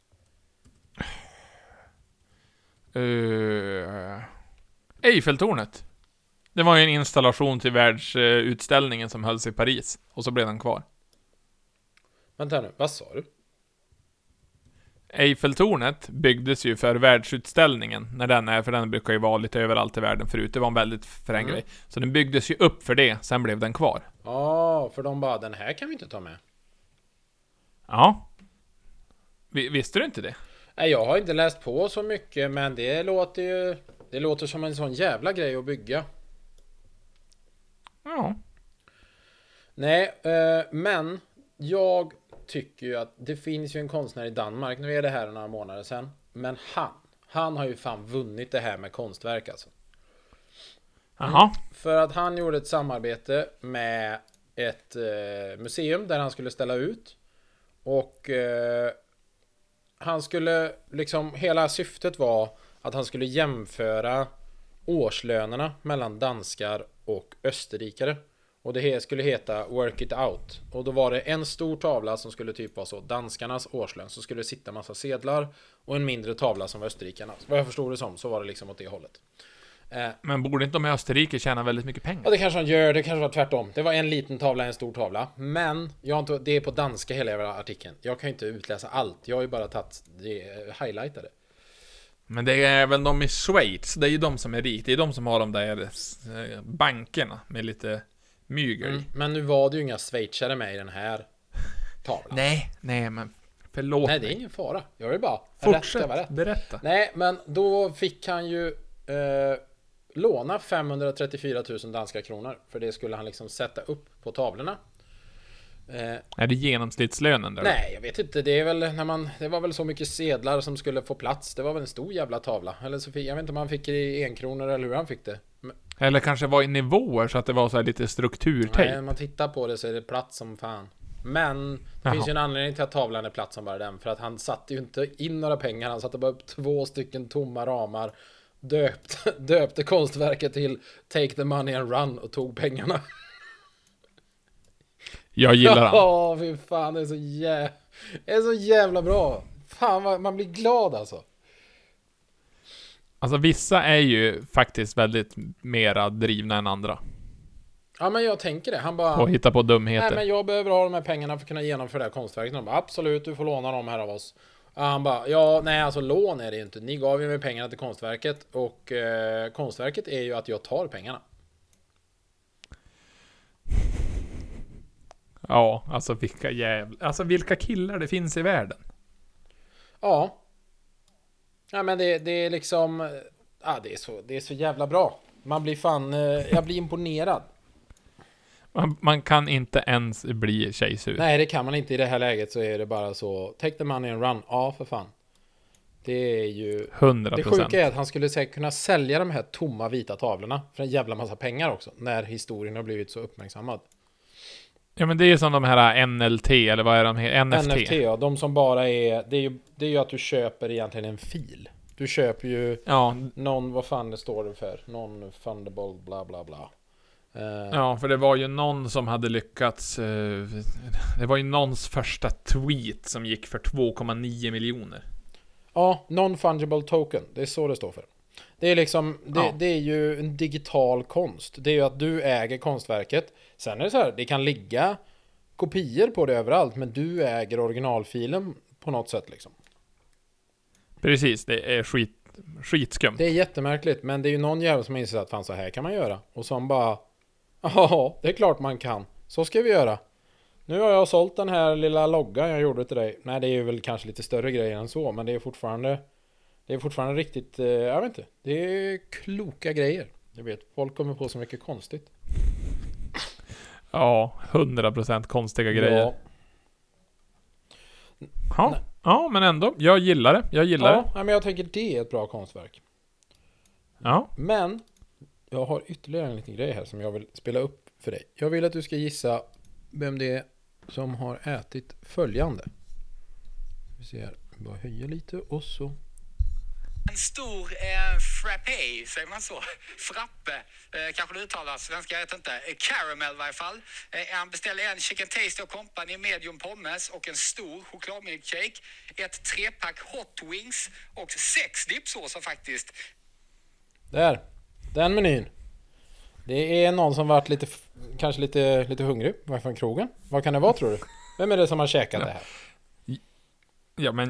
Uh, Eiffeltornet. Det var ju en installation till världsutställningen som hölls i Paris. Och så blev den kvar. Vänta nu, vad sa du? Eiffeltornet byggdes ju för världsutställningen. När den är, för den brukar ju vara lite överallt i världen förut. Det var en väldigt frän Mm. grej. Så den byggdes ju upp för det, sen blev den kvar. Ja, för de bara, den här kan vi inte ta med. Ja. Vi, visste du inte det? Nej, jag har inte läst på så mycket, men det låter ju... Det låter som en sån jävla grej att bygga. Ja. Nej, eh, men jag tycker ju att det finns ju en konstnär i Danmark, nu är det här några månader sedan, men han, han har ju fan vunnit det här med konstverk alltså. Jaha. För att han gjorde ett samarbete med ett eh, museum där han skulle ställa ut. Och eh, han skulle liksom, hela syftet var att han skulle jämföra årslönerna mellan danskar och österrikare. Och det he- skulle heta Work It Out. Och då var det en stor tavla som skulle typ vara så danskarnas årslön, så skulle det sitta massa sedlar, och en mindre tavla som var österrikarnas. Vad jag förstod det som, så var det liksom åt det hållet. Eh, Men borde inte de i Österrike tjäna väldigt mycket Ja, pengar? det kanske han gör, det kanske var tvärtom. Det var en liten tavla, en stor tavla. Men jag har inte, det är på danska hela jävla artikeln. Jag kan ju inte utläsa allt. Jag har ju bara tagit det highlightade. Men det är väl de i Schweiz, det är ju de som är rik. Det är de som har de där eh, bankerna med lite mygel. Mm. Men nu var det ju inga schweizare med i den här tavlan. Nej, nej men förlåt Nej, det är mig. ingen fara. Jag vill bara Fortsätt, rätta vad rätt. berätta. Nej, men då fick han ju eh, låna femhundratrettiofyra tusen danska kronor. För det skulle han liksom sätta upp på tavlorna. Eh, Är det genomsnittslönen där? Nej, jag vet inte. Det är väl när man, det var väl så mycket sedlar som skulle få plats. Det var väl en stor jävla tavla. Eller så fick, jag vet inte om han fick det i en kronor eller hur han fick det. Men, Eller kanske var i nivåer så att det var så här lite strukturtejp. nej, när man tittar på det så är det plats som fan. Men det Jaha. finns ju en anledning till att tavlan är plats som bara den. För att han satte ju inte in några pengar. Han satte bara upp två stycken tomma ramar. Döpte, döpte konstverket till Take the money and run och tog pengarna. Jag gillar han. Ja, fy fan, det är så jävla, det är så jävla bra. Fan, vad, man blir glad alltså. Alltså vissa är ju faktiskt väldigt mera drivna än andra. Ja, men jag tänker det. Han bara... Och hitta på dumheter. Nej, men jag behöver ha de här pengarna för att kunna genomföra det här konstverket. Han bara, absolut, du får låna dem här av oss. Ja, han bara, ja, nej, alltså lån är det ju inte. Ni gav ju mig pengarna till konstverket. Och eh, konstverket är ju att jag tar pengarna. Ja, alltså vilka jävla... Alltså vilka killar det finns i världen. Ja. Ja, men det, det är liksom... Ja, det är, så, det är så jävla bra. Man blir fan... eh, Jag blir imponerad. Man, man kan inte ens bli tjejsur. Nej, det kan man inte i det här läget, så är det bara så. Take the money and run. Ja, för fan. Det är ju... Hundra Det procent. sjuka är att han skulle säkert kunna sälja de här tomma vita tavlorna för en jävla massa pengar också, när historien har blivit så uppmärksammad. Ja, men det är som de här N L T, eller vad är de? N F T. N F T, ja. De som bara är... Det är ju, det är ju att du köper egentligen en fil. Du köper ju Ja, någon... Vad fan det står det för? Någon fundable bla bla bla. Eh, ja, för det var ju någon som hade lyckats... eh, det var ju någons första tweet som gick för två komma nio miljoner. Ja, non-fungible token. Det är så det står för. Det är liksom, det, Ja. det är ju en digital konst. Det är ju att du äger konstverket. Sen är det så här, det kan ligga kopior på det överallt, men du äger originalfilen på något sätt liksom. Precis, det är skit, skitskumt. Det är jättemärkligt, men det är ju någon jävel som inser att fan, så här kan man göra. Och som bara, ja, det är klart man kan. Så ska vi göra. Nu har jag sålt den här lilla loggan jag gjorde till dig. Nej, det är ju väl kanske lite större grejer än så, men det är fortfarande det är fortfarande riktigt, eh, jag vet inte. Det är kloka grejer. Jag vet, folk kommer på så mycket konstigt. Ja, hundra procent konstiga grejer. Ja. Ja. Ja, men ändå. Jag gillar det. Jag gillar Ja, det. nej, men jag tänker det är ett bra konstverk. Ja. Men jag har ytterligare en liten grej här som jag vill spela upp för dig. Jag vill att du ska gissa vem det är som har ätit följande. Vi ser, bara höja lite och så. En stor eh, frappé, säger man så? Frappe, eh, kanske det uttalas. Svenska, jag vet inte. Eh, caramel i varje fall. Eh, han beställde en Chicken Taste och Company medium pommes och en stor chokladmilkshake. Ett trepack hot wings och sex dipsåser faktiskt. Där, den menyn. Det är någon som varit lite, kanske lite, lite hungrig. Var från krogen. Vad kan det vara, tror du? Vem är det som har käkat det här? Ja, men...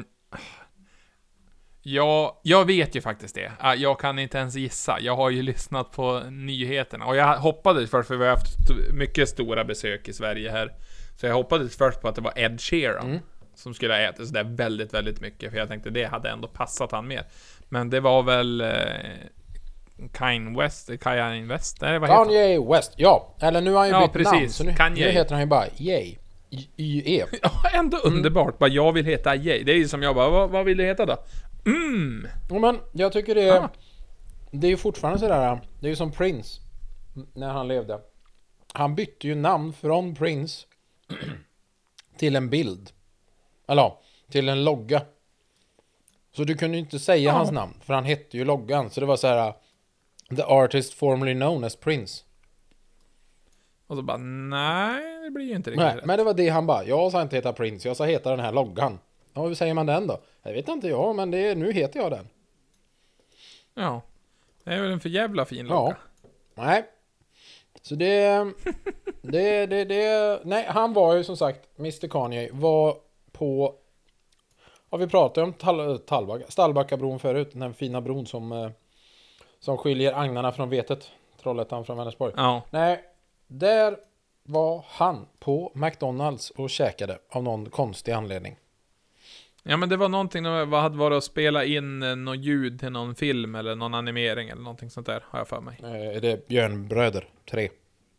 Ja, jag vet ju faktiskt det. Jag kan inte ens gissa. Jag har ju lyssnat på nyheterna. Och jag hoppades först, för vi har haft mycket stora besök i Sverige här. Så jag hoppades först på att det var Ed Sheeran mm. som skulle ha ätit så där väldigt, väldigt mycket. För jag tänkte det hade ändå passat han mer. Men det var väl... Eh, Kanye West, Kanye West, nej, vad heter Kanye han? West, ja. Eller nu har han ju ja, bytt precis. namn. Så nu, Kanye. nu heter han ju bara Ye. Y-E. Ja, ändå underbart. Mm. Bara jag vill heta Ye. Det är ju som jag bara, vad, vad vill du heta då? Mm. Ja, men jag tycker det är... Ah. Det är ju fortfarande sådär. Det är ju som Prince. När han levde. Han bytte ju namn från Prince till en bild. Eller ja, till en logga. Så du kunde ju inte säga ah. hans namn. För han hette ju loggan. Så det var så här: The artist formerly known as Prince. Och så bara, nej, det blir ju inte riktigt nej, rätt. Men det var det han bara, jag sa inte heta Prince, jag sa heta den här loggan. Ja, hur säger man den då? Jag vet inte jag, men det, nu heter jag den. Ja, det är väl en för jävla fin logga. Ja, nej. Så det, det, det, det, nej, han var ju som sagt, mister Kanye var på, ja, vi pratade om Tall, Tallbacka, Stallbackabron förut, den här fina bron som, som skiljer agnarna från vetet, Trollhättan från Vänersborg. Ja. Nej, där var han på McDonalds och käkade av någon konstig anledning. Ja, men det var någonting, vad hade varit att spela in något ljud till någon film eller någon animering eller någonting sånt där, har jag för mig. Eh, är det Björnbröder tre?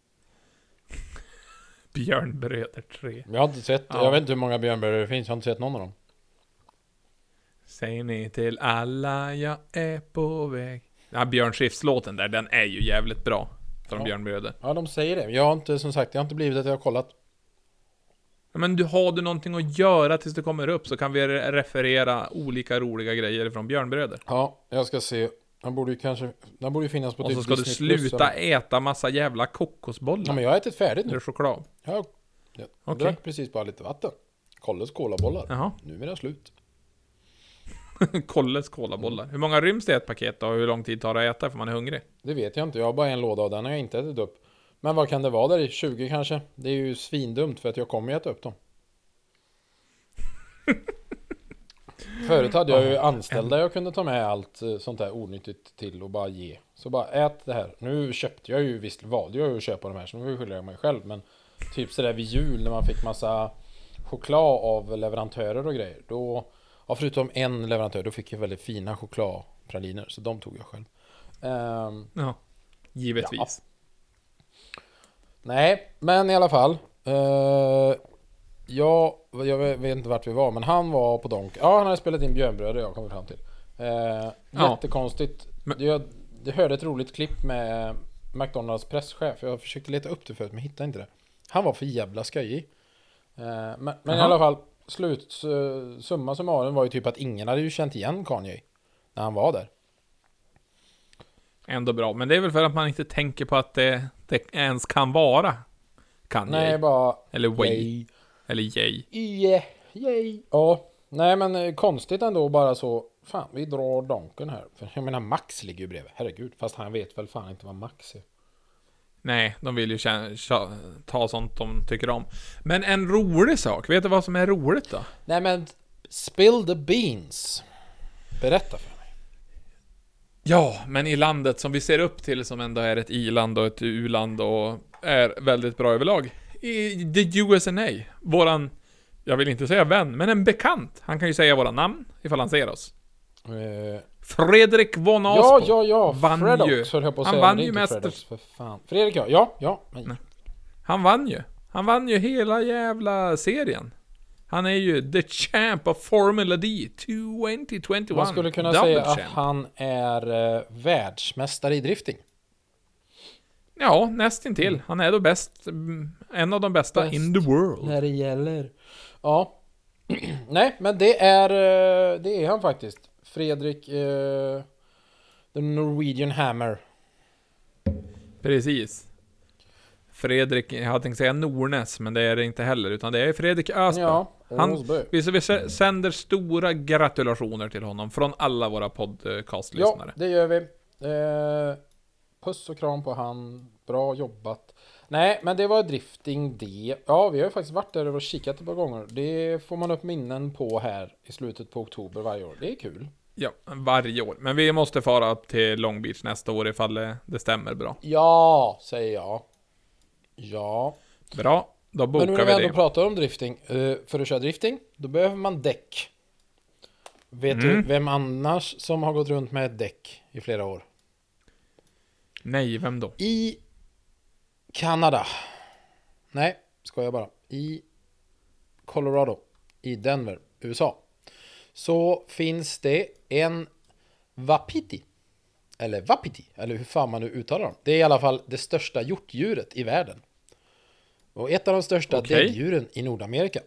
Björnbröder tre. Jag har inte sett, ja. Jag vet inte hur många Björnbröder det finns, jag har inte sett någon av dem. Säg ni till alla, jag är på väg. Ja, Björn Skifs-låten där, den är ju jävligt bra. Från ja. Björnbröder. Ja, de säger det. Jag har inte, som sagt, jag har inte blivit att jag har kollat. Ja, men du har du någonting att göra tills du kommer upp, så kan vi referera olika roliga grejer från Björnbröder. Ja, jag ska se. Den borde ju kanske, den borde ju finnas på och typ så ska Disney du sluta Plus, äta massa jävla kokosbollar. Ja, men jag har ätit färdigt nu. Eller choklad. Ja, jag okay. drack precis bara lite vatten. Kolles kolabollar. Jaha. Nu är det slut. Kolles kolabollar. Mm. Hur många ryms det i ett paket då? Och hur lång tid tar det att äta för man är hungrig? Det vet jag inte. Jag har bara en låda och den har jag inte ätit upp. Men vad kan det vara där i? tjugo kanske? Det är ju svindumt för att jag kommer ju äta upp dem. Förut hade jag ju anställda jag kunde ta med allt sånt där onyttigt till och bara ge. Så bara ät det här. Nu köpte jag ju, visst valde jag ju att köpa de här, så nu skyller jag mig själv. Men typ sådär vid jul när man fick massa choklad av leverantörer och grejer. Då, ja, förutom en leverantör, då fick jag väldigt fina chokladpraliner. Så de tog jag själv. Um, ja, givetvis. Ja. Nej, men i alla fall. Uh, ja, jag vet inte vart vi var, men han var på Donk. Ja, han hade spelat in Björnbröder, jag kommer fram till. Uh, ja. Jättekonstigt. Men... Jag, jag hörde ett roligt klipp med McDonalds presschef. Jag försökte leta upp det förut, men hittade inte det. Han var för jävla skojig. Uh, men men i alla fall, slut, uh, summa summarum var ju typ att ingen hade ju känt igen Kanye när han var där. Ändå bra, men det är väl för att man inte tänker på att det, det ens kan vara Kanye. Nej, bara eller Way. Eller Jay. Yeah, yay. Ja, nej men konstigt ändå bara så. Fan, vi drar donken här. För jag menar, Max ligger ju bredvid. Herregud, fast han vet väl fan inte vad Max är. Nej, de vill ju känna, ta sånt de tycker om. Men en rolig sak, vet du vad som är roligt då? Nej men, Spill the beans. Berätta för mig. Ja, men i landet som vi ser upp till, som ändå är ett i-land och ett u-land och är väldigt bra överlag, i the U S A. Våran, jag vill inte säga vän, men en bekant. Han kan ju säga våra namn ifall han ser oss. Uh, Fredrik von ja, Aspo ja, ja. vann Fredox, ju. höll jag på att Han säga, vann men det är ju inte mest. Fredox, för fan. Fredrik, ja. Ja, ja. Men... Han vann ju. Han vann ju hela jävla serien. Han är ju the champ of Formula D tjugo tjugoett. Man skulle kunna Double säga champ. att han är uh, världsmästare i drifting. Ja, nästintill. Mm. Han är då bäst, en av de bästa Bäst in the world. När det gäller. Ja. Nej, men det är uh, det är han faktiskt. Fredrik uh, the Norwegian Hammer. Precis. Fredrik, jag hade tänkt säga Nornes, men det är det inte heller, utan det är Fredrik Ösberg. Ja, han, vi, vi sänder stora gratulationer till honom från alla våra podcastlyssnare. Ja, det gör vi. Eh, puss och kram på han. Bra jobbat. Nej, men det var drifting det. Ja, vi har ju faktiskt varit där och kikat ett par gånger. Det får man upp minnen på här i slutet på oktober varje år. Det är kul. Ja, varje år. Men vi måste fara upp till Long Beach nästa år ifall det, det stämmer bra. Ja, säger jag. Ja. Bra, då bokar men vi det. Men när vi ändå pratar om drifting. Uh, för att köra drifting, då behöver man däck. Vet mm. du vem annars som har gått runt med ett däck i flera år? Nej, vem då? I Kanada. Nej, ska jag bara. I Colorado. I Denver, U S A. Så finns det en wapiti. Eller wapiti, eller hur fan man nu uttalar dem. Det är i alla fall det största hjortdjuret i världen. Och ett av de största okay. däggdjuren i Nordamerika.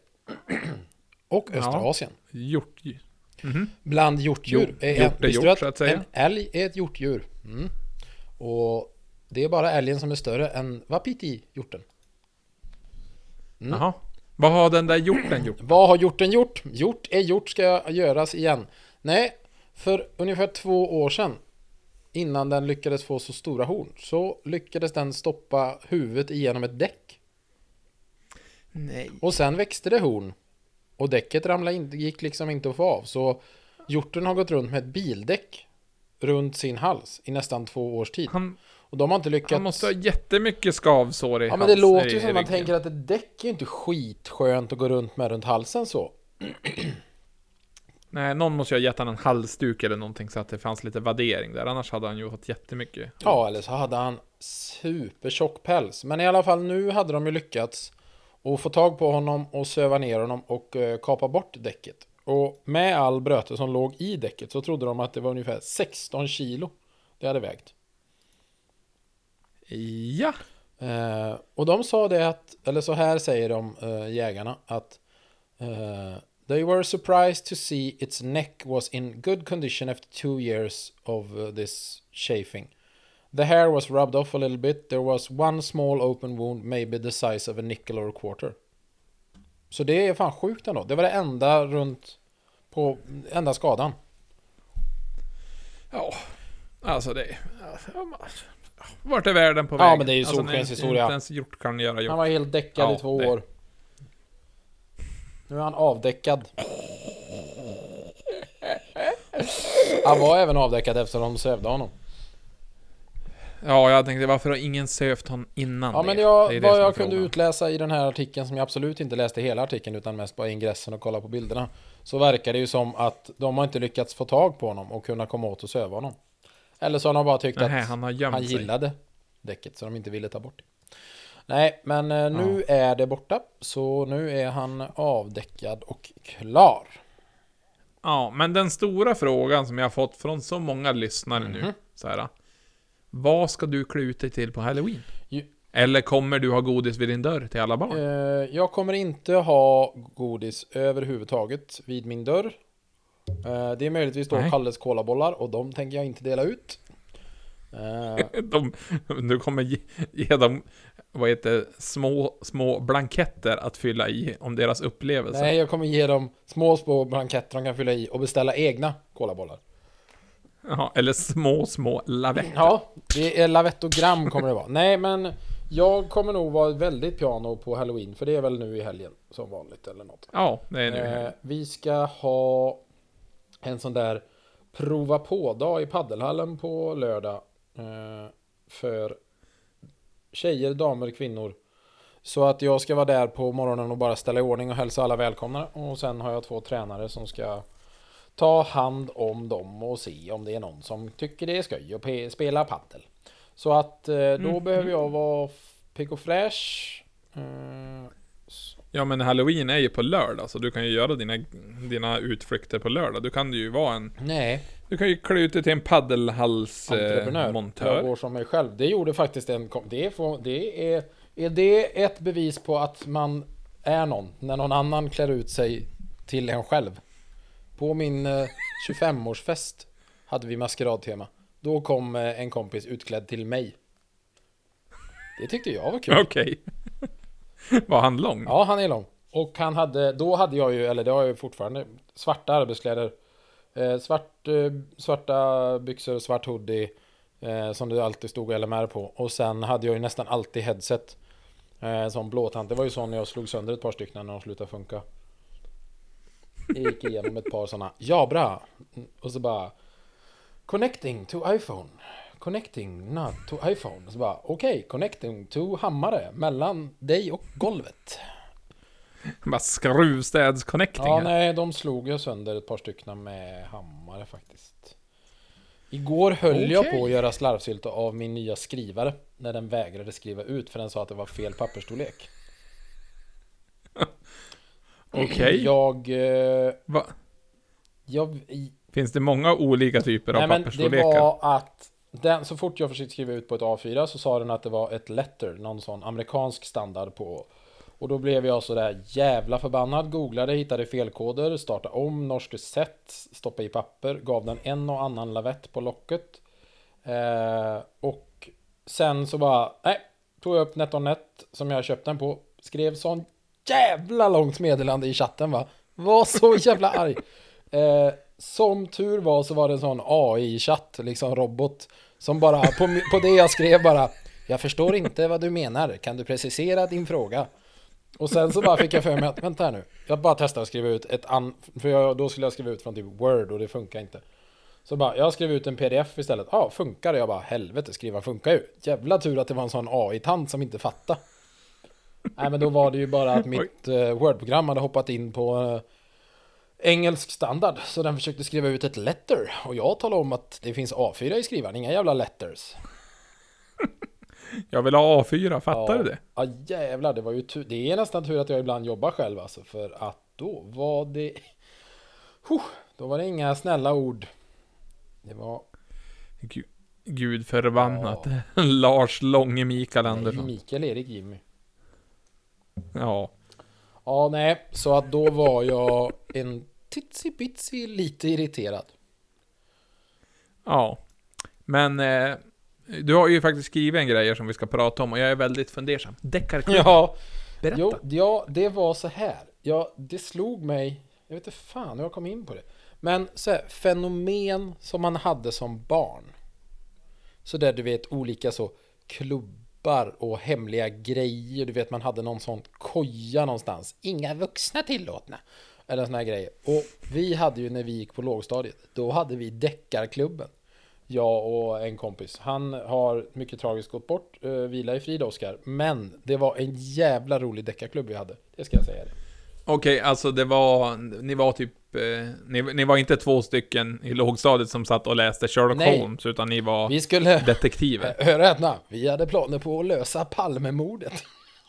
Och östra ja. Asien. Hjortdjur. Mm-hmm. Bland hjortdjur. Hjort, är hjort, är hjort, så att säga. En älg är ett hjortdjur. Mm. Och det är bara älgen som är större än wapiti-hjorten. Mm. Jaha. Vad har den där hjorten gjort? Vad har hjorten gjort? Gjort är gjort, ska göras igen. Nej, för ungefär två år sedan, innan den lyckades få så stora horn, så lyckades den stoppa huvudet igenom ett däck. Nej. Och sen växte det horn. Och däcket ramlade in, gick liksom inte att få av. Så hjorten har gått runt med ett bildäck runt sin hals i nästan två års tid. Han, och de har inte lyckats... Han måste ha jättemycket skavsår i Ja, men hals, det låter ju som man man tänker att ett däck är inte skitskönt att gå runt med runt halsen så. Nej, någon måste ju ha gett han en halsduk eller någonting så att det fanns lite vaddering där. Annars hade han ju fått jättemycket. Ja, eller så hade han supertjock päls. Men i alla fall nu hade de ju lyckats att få tag på honom och söva ner honom och uh, kapa bort däcket. Och med all bröte som låg i däcket så trodde de att det var ungefär sexton kilo det hade vägt. Ja. Uh, och de sa det att, eller så här säger de uh, jägarna att uh, they were surprised to see its neck was in good condition after two years of uh, this chafing. The hair was rubbed off a little bit. There was one small open wound, maybe the size of a nickel or a quarter. Så det är fan sjukt ändå. Det var det enda runt på enda skadan. Ja, alltså det vart är världen på väg? Ja, men det är ju alltså, solskenshistoria. Inte ens gjort kan göra gjort. Han var helt däckad ja, i två det. år. Nu är han avdäckad. Han var även avdäckad efter att de sövde honom. Ja, jag tänkte varför har ingen sövt honom innan? Ja, men jag, vad jag kunde frågan. utläsa i den här artikeln, som jag absolut inte läste hela artikeln utan mest bara ingressen och kolla på bilderna, så verkar det ju som att de har inte lyckats få tag på honom och kunna komma åt och söva honom. Eller så har de bara tyckt Nähe, att han, har han gillade sig. däcket så de inte ville ta bort det. Nej, men nu ja. är det borta. Så nu är han avdäckad och klar. Ja, men den stora frågan som jag har fått från så många lyssnare mm-hmm. nu så här, vad ska du klä ut dig till på Halloween? Ju- Eller kommer du ha godis vid din dörr till alla barn? Uh, jag kommer inte ha godis överhuvudtaget vid min dörr. Uh, det är möjligtvis då Kalles kolabollar och de tänker jag inte dela ut. Uh, de, du kommer ge, ge dem vad heter små små blanketter att fylla i om deras upplevelse. Nej, jag kommer ge dem små små blanketter de kan fylla i och beställa egna kolabollar. Ja, eller små små lavetter. Ja, det är lavettogram kommer det vara. Nej, men jag kommer nog vara väldigt piano på Halloween, för det är väl nu i helgen som vanligt eller något. Ja, det är nu. Eh, vi ska ha en sån där prova på-dag i paddelhallen på lördag. Eh, för tjejer, damer, kvinnor. Så att jag ska vara där på morgonen och bara ställa i ordning och hälsa alla välkomna. Och sen har jag två tränare som ska ta hand om dem och se om det är någon som tycker det är skoj och pe- spela paddel. Så att eh, då Mm. behöver jag vara pick och fräsch. Eh, Ja, men Halloween är ju på lördag, så du kan ju göra dina, dina utflykter på lördag. Du kan ju vara en... nej, Du kan ju klä ut dig till en paddelhalsmontör. entreprenör. montör. Jag går som mig själv. Det gjorde faktiskt en kom- det är, får- det är är det ett bevis på att man är någon när någon annan klär ut sig till en själv. På min eh, tjugofemårsfest hade vi maskeradtema. Då kom eh, en kompis utklädd till mig. Det tyckte jag var kul. Okej. Var han lång? Ja, han är lång. Och han hade, då hade jag ju, eller det har jag ju fortfarande, svarta arbetskläder. Eh, svart, eh, svarta byxor, svart hoodie. Eh, som det alltid stod L M R på. Och sen hade jag ju nästan alltid headset. Eh, som blåtant. Det var ju så när jag slog sönder ett par stycken när de slutade funka. Jag gick igenom ett par sådana. Ja, bra. Och så bara connecting to iPhone. Connecting not to iPhone. Och så bara okej, okay, connecting to hammare mellan dig och golvet. Bara skruvstäds-connecting. Ja, nej, de slog jag sönder ett par stycken med hammare faktiskt. Igår höll Okej. jag på att göra slarvsylta av min nya skrivare när den vägrade skriva ut för den sa att det var fel pappersstorlek. Okej. Jag... Eh, Va? jag i, Finns det många olika typer nej, av men det pappersstorlekar? var att den, så fort jag försökte skriva ut på ett A fyra så sa den att det var ett letter, någon sån amerikansk standard på. Och då blev jag så där jävla förbannad, googlade, hittade felkoder, startade om, norsk set, stoppade i papper, gav den en och annan lavett på locket. Eh, och sen så bara, nej, tog jag upp NetOnNet som jag köpt den på, skrev sån jävla långt meddelande i chatten va, var så jävla arg. Eh, som tur var så var det en sån A I-chatt, liksom robot, som bara, på, på det jag skrev bara, jag förstår inte vad du menar, kan du precisera din fråga? Och sen så bara fick jag för mig att, vänta här nu, jag bara testade att skriva ut ett an, för jag, då skulle jag skriva ut från typ Word och det funkar inte. Så bara, jag skrev ut en P D F istället, ja ah, funkar det? Jag bara, helvete, skriva funkar ju. Jävla tur att det var en sån A I-tant som inte fattade. Nej men då var det ju bara att mitt uh, Word-program hade hoppat in på uh, engelsk standard, så den försökte skriva ut ett letter. Och jag talade om att det finns A fyra i skrivaren, inga jävla letters. Jag vill ha A fyra, fattar ja, du det? Ja jävlar, det var ju tur. Det är nästan tur att jag ibland jobbar själv alltså, för att då var det huh, då var det inga snälla ord. Det var Gud, Gud förbannat. Ja. Lars Långe Mikael Andersson. nej, Mikael Erik Jimmy. Ja. Ja nej, så att då var jag en titsy lite irriterad. Ja. Men eh, du har ju faktiskt skrivit en grej som vi ska prata om och jag är väldigt fundersam. Deckarklubb. Ja. Berätta. Jo, ja, det var så här. Ja, det slog mig. Jag vet inte fan hur jag kom in på det. Men så här, fenomen som man hade som barn. Så där du vet olika så klubbar och hemliga grejer. Du vet man hade någon sån koja någonstans. Inga vuxna tillåtna. Eller såna här grejer. Och vi hade ju när vi gick på lågstadiet. Då hade vi deckarklubben. Jag och en kompis. Han har mycket tragiskt gått bort. Uh, vila i frid, Oskar. Men det var en jävla rolig deckarklubb vi hade. Det ska jag säga det. Okej, alltså det var, ni var typ, eh, ni, ni var inte två stycken i lågstadiet som satt och läste Sherlock Nej. Holmes, utan ni var Vi skulle, detektiver. hör rättna, vi hade planer på att lösa Palmemordet.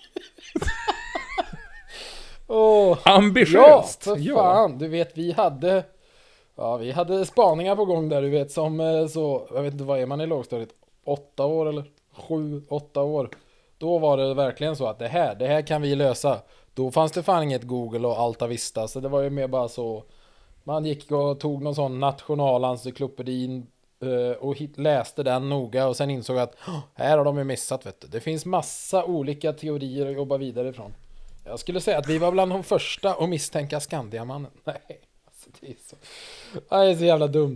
oh, Ambitiöst! ja, för fan, du vet vi hade, ja vi hade spaningar på gång där, du vet som eh, så, jag vet inte vad är man i lågstadiet, åtta år eller sju, åtta år. Då var det verkligen så att det här, det här kan vi lösa. Då fanns det fan inget Google och Alta Vista, så det var ju mer bara så. Man gick och tog någon sån nationalencyklopedin uh, och hit, läste den noga och sen insåg att här har de ju missat, vet du. Det finns massa olika teorier att jobba vidare ifrån. Jag skulle säga att vi var bland de första att misstänka Skandiamannen. Nej, alltså det är så, det är så jävla dumt.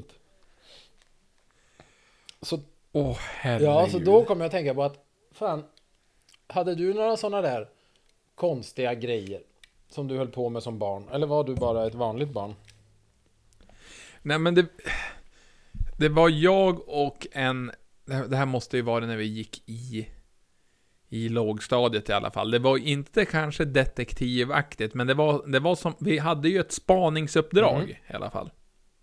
Så, Åh, herregud. ja, så då kom jag att tänka på att fan, hade du några sådana där konstiga grejer som du höll på med som barn? Eller var du bara ett vanligt barn? Nej, men det... Det var jag och en... Det här måste ju vara när vi gick i... I lågstadiet i alla fall. Det var inte kanske detektivaktigt, men det var, det var som... Vi hade ju ett spaningsuppdrag mm. i alla fall.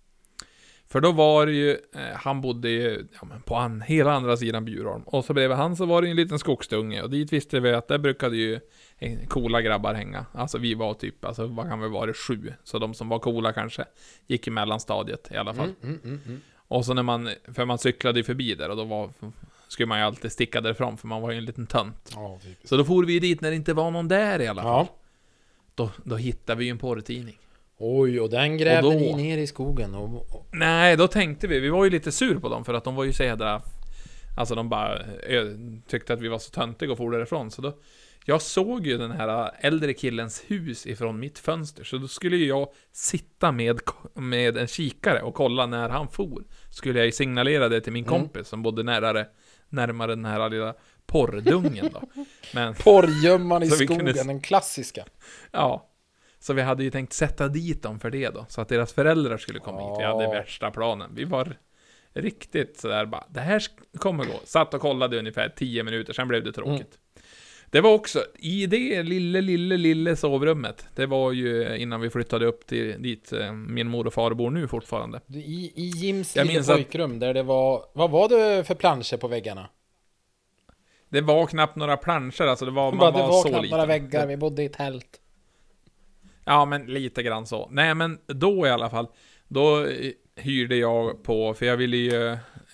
För då var det ju... Eh, han bodde ju ja, men på an, hela andra sidan Bjurholm. Och så bredvid han så var det en liten skogstunge. Och dit visste vi att där brukade ju coola grabbar hänga. Alltså vi var typ... Alltså vad kan vi vara det? Sju. Så de som var coola kanske gick i mellanstadiet i alla fall. Mm, mm, mm, mm. Och så när man... För man cyklade ju förbi där och då var... Skulle man ju alltid sticka därifrån för man var ju en liten tönt. Ja, så då for vi dit när det inte var någon där i alla fall. Ja. Då, då hittade vi ju en porrtidning. Oj, och den grävde och då, ni ner i skogen och, och... Nej, då tänkte vi, vi var ju lite sur på dem för att de var ju så jädra... Alltså de bara ö, tyckte att vi var så töntiga och for därifrån. Så då, jag såg ju den här äldre killens hus ifrån mitt fönster. Så då skulle ju jag sitta med, med en kikare och kolla när han for. Skulle jag ju signalera det till min mm. kompis som bodde närmare, närmare den här lilla porrdungen då. Men, porrgömman i skogen, kunde... den klassiska. Ja. Så vi hade ju tänkt sätta dit dem för det då. Så att deras föräldrar skulle komma ja. hit. Vi hade värsta planen. Vi var riktigt sådär bara, det här kommer gå. Satt och kollade ungefär tio minuter, sen blev det tråkigt. Mm. Det var också, i det lille, lille, lille sovrummet. Det var ju innan vi flyttade upp till dit min mor och far bor nu fortfarande. I, i Jims lilla pojkrum att... där det var, vad var det för planscher på väggarna? Det var knappt några planscher, alltså det var, man bara, var, det var så knappt liten. några väggar, vi bodde i tält. Ja, men lite grann så. Nej, men då i alla fall, då hyrde jag på, för jag ville ju,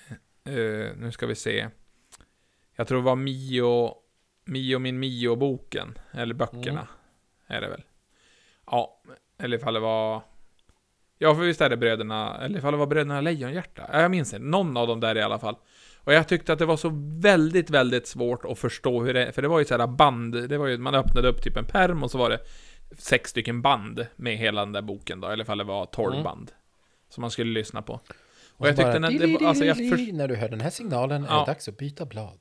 uh, nu ska vi se, jag tror det var Mio, Mio min Mio-boken, eller böckerna, mm. är det väl. Ja, eller ifall det var, ja för visst är det bröderna, eller ifall det var bröderna Lejonhjärta, jag minns inte, någon av dem där i alla fall. Och jag tyckte att det var så väldigt, väldigt svårt att förstå hur det, för det var ju så här band, det var ju, man öppnade upp typ en perm och så var det sex stycken band med hela den där boken då, eller ifall det var tolv mm. band som man skulle lyssna på. Och, och jag tyckte bara, när, det var, alltså jag för... när du hör den här signalen ja. är det dags att byta blad.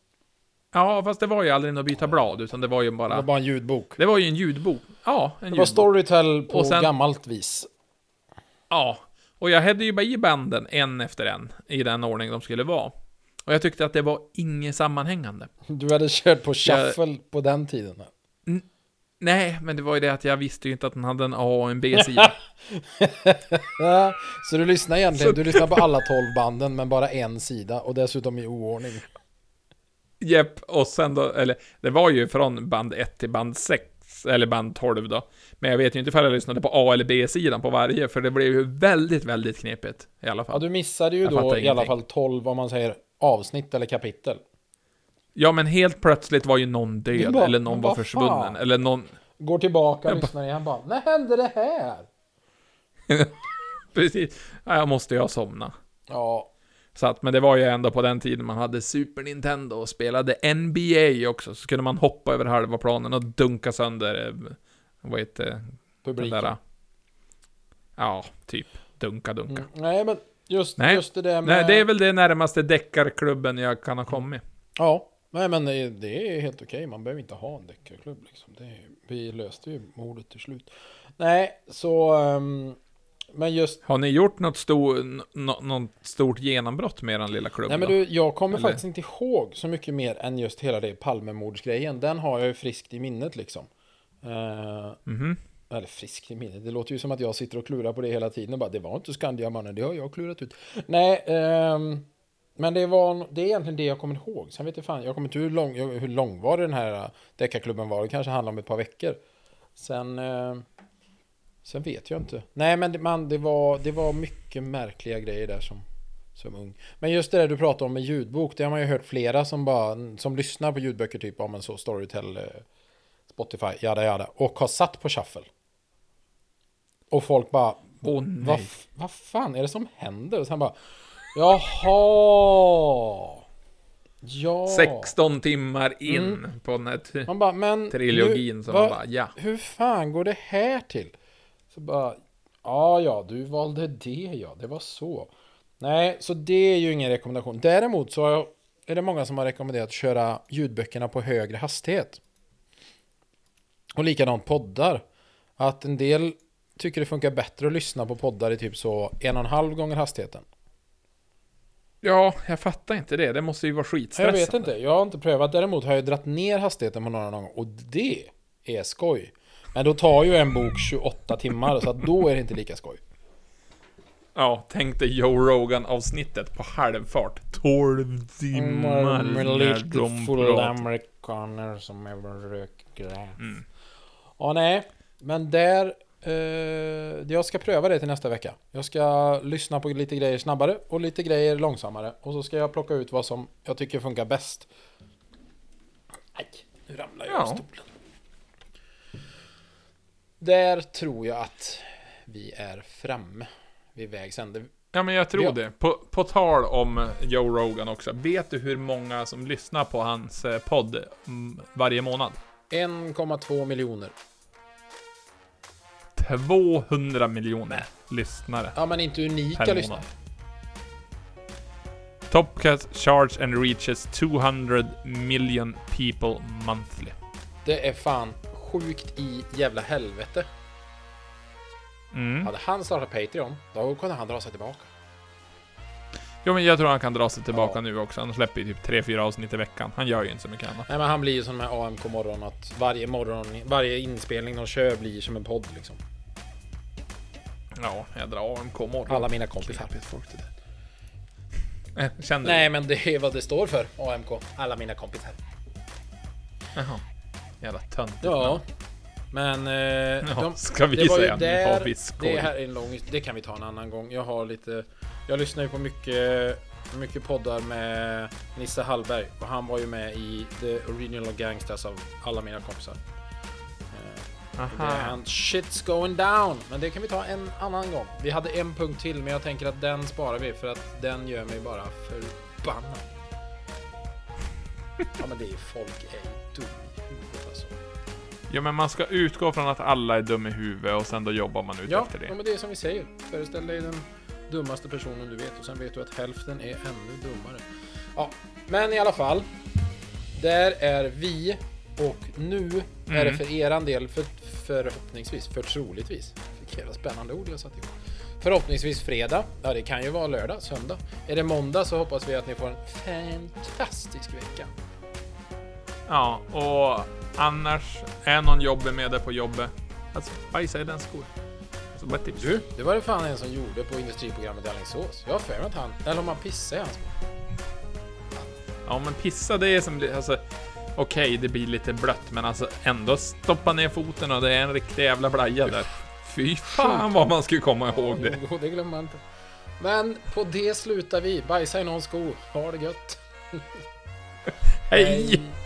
Ja, fast det var ju aldrig något byta blad, utan det var ju bara... Det var bara en ljudbok. Det var ju en ljudbok. Ja, en det ljudbok. var Storytel på sen... gammalt vis. Ja, och jag hade ju bara i banden en efter en i den ordning de skulle vara. Och jag tyckte att det var inget sammanhängande. Du hade kört på shuffle jag... på den tiden. N- nej, men det var ju det att jag visste ju inte att den hade en A och en B-sida. Ja, så du lyssnar egentligen, så... du lyssnar på alla tolv banden men bara en sida och dessutom i oordning. Jepp, och sen då, eller det var ju från band ett till band sex, eller band tolv då. Men jag vet ju inte ifall jag lyssnade på A eller B-sidan på varje, för det blev ju väldigt, väldigt knepigt i alla fall. Ja, du missade ju jag då i alla fall tolv, om man säger avsnitt eller kapitel. Ja, men helt plötsligt var ju någon död, bara, eller någon var försvunnen, fan? Eller någon... Går tillbaka och lyssnar igen bara, när hände det här? Precis, ja, jag måste ju ha somna. Ja. Så att, men det var ju ändå på den tiden man hade Super Nintendo och spelade N B A också. Så kunde man hoppa över halva planen och dunka sönder, vad heter publiken. Där, ja, typ dunka, dunka. Mm, nej, men just, nej. just det där med... Nej, det är väl det närmaste deckarklubben jag kan ha kommit. Ja, nej, men det är helt okej. Man behöver inte ha en deckarklubb liksom. Det är, vi löste ju mordet till slut. Nej, så... Um... Men just... Har ni gjort något, stor, n- något stort genombrott med den lilla klubben? Nej, men du, jag kommer Eller? faktiskt inte ihåg så mycket mer än just hela det Palmemordsgrejen. Den har jag ju friskt i minnet liksom. Uh, mm-hmm. Eller friskt i minnet. Det låter ju som att jag sitter och klurar på det hela tiden och bara, det var inte Skandiamannen, det har jag klurat ut. Nej, um, men det var det är egentligen det jag kommer ihåg. Sen vet jag fan, jag kommer inte hur lång hur lång var den här deckarklubben var. Det kanske handlar om ett par veckor. Sen uh, Sen vet jag inte. Nej, men det, man, det, var, det var mycket märkliga grejer där som, som ung. Men just det där du pratade om med ljudbok, det har man ju hört flera som bara som lyssnar på ljudböcker typ om en så Storytel, Spotify, jada jada, och har satt på shuffle. Och folk bara, åh nej. Vad va fan är det som händer? Och sen bara, jaha. Ja. sexton timmar in mm. på den här t- man bara, men trilogin nu, som va, man bara, ja. Hur fan går det här till? Så bara, ja ja, du valde det, ja, det var så. Nej, så det är ju ingen rekommendation. Däremot så har jag är det många som har rekommenderat att köra ljudböckerna på högre hastighet. Och likadant poddar. Att en del tycker det funkar bättre att lyssna på poddar i typ så en och en halv gånger hastigheten. Ja, jag fattar inte det. Det måste ju vara Jag skitstressande. vet inte, jag har inte prövat. Däremot har jag dratt ner hastigheten på några gånger. Och det är skoj. Men då tar ju en bok tjugoåtta timmar. Så att då är det inte lika skoj. Ja, tänk dig Joe Rogan-avsnittet på halvfart. tolv timmar Med när lite de fulla pratar. amerikaner som även röker gräs. Mm. Ja, nej. Men där... Eh, jag ska pröva det till nästa vecka. Jag ska lyssna på lite grejer snabbare och lite grejer långsammare. Och så ska jag plocka ut vad som jag tycker funkar bäst. Nej, nu ramlar jag Ja. av stolen. Där tror jag att vi är framme vid vägs ände. Ja, men jag tror Ja. det. På, på tal om Joe Rogan också. Vet du hur många som lyssnar på hans eh, podd mm, varje månad? en komma två miljoner. tvåhundra miljoner lyssnare Ja, men inte unika per lyssnare. månad. Topcast charge and reaches two hundred million people monthly. Det är fan sjukt i jävla helvete. Mm. Hade han startat Patreon, då kunde han dra sig tillbaka. Jo, men jag tror han kan dra sig tillbaka Ja. nu också. Han släpper ju typ tre fyra avsnitt i veckan. Han gör ju inte så mycket annat. Nej, men han blir ju som med A M K morgon, att varje morgon, varje inspelning de kör blir som en podd liksom. Ja, jag drar A M K morgon. Alla mina kompisar. folk det där. Eh, Känner Nej, men det är vad det står för, A M K. Alla mina kompisar. du? Jaha. Jävla töntigt. Ja. Men... Eh, Ja, de, ska vi det var ju säga nu har där, vi skoj. det här är en lång, det kan vi ta en annan gång. Jag har lite... Jag lyssnar ju på mycket, mycket poddar med Nisse Hallberg. Och han var ju med i The Original Gangsters av alla mina kompisar. Det är Aha. han, shit's going down. Men det kan vi ta en annan gång. Vi hade en punkt till, men jag tänker att den sparar vi, för att den gör mig bara förbannad. Ja, men det är folk är ju dum i huvudet alltså. Ja, men man ska utgå från att alla är dum i huvudet och sen då jobbar man ut Ja, efter det. ja, men det är som vi säger. Föreställ dig den dummaste personen du vet, och sen vet du att hälften är ännu dummare. Ja, men i alla fall. Där är vi, och nu är Mm. det för eran del, för, förhoppningsvis, för troligtvis. Vilka jävla spännande ord jag satt ihop. Förhoppningsvis fredag. Ja, det kan ju vara lördag, söndag. Är det måndag så hoppas vi att ni får en fantastisk vecka. Ja, och annars är någon jobbig med det på jobbet. Alltså, bajsa i den skor. Alltså, bara ett tips. Du, det var det fan en som gjorde på industriprogrammet i Alingsås. Jag har för mig att han, eller om han pissade i hans skor. Ja, men pissa det är som... Alltså, okej, det blir lite blött, men alltså ändå stoppa ner foten och det är en riktig jävla blaja där. Fy fan vad man skulle komma ihåg det. Jo, det glömmer man inte. Men på det slutar vi. Bajsa i någon sko. Ha det gött. Hej!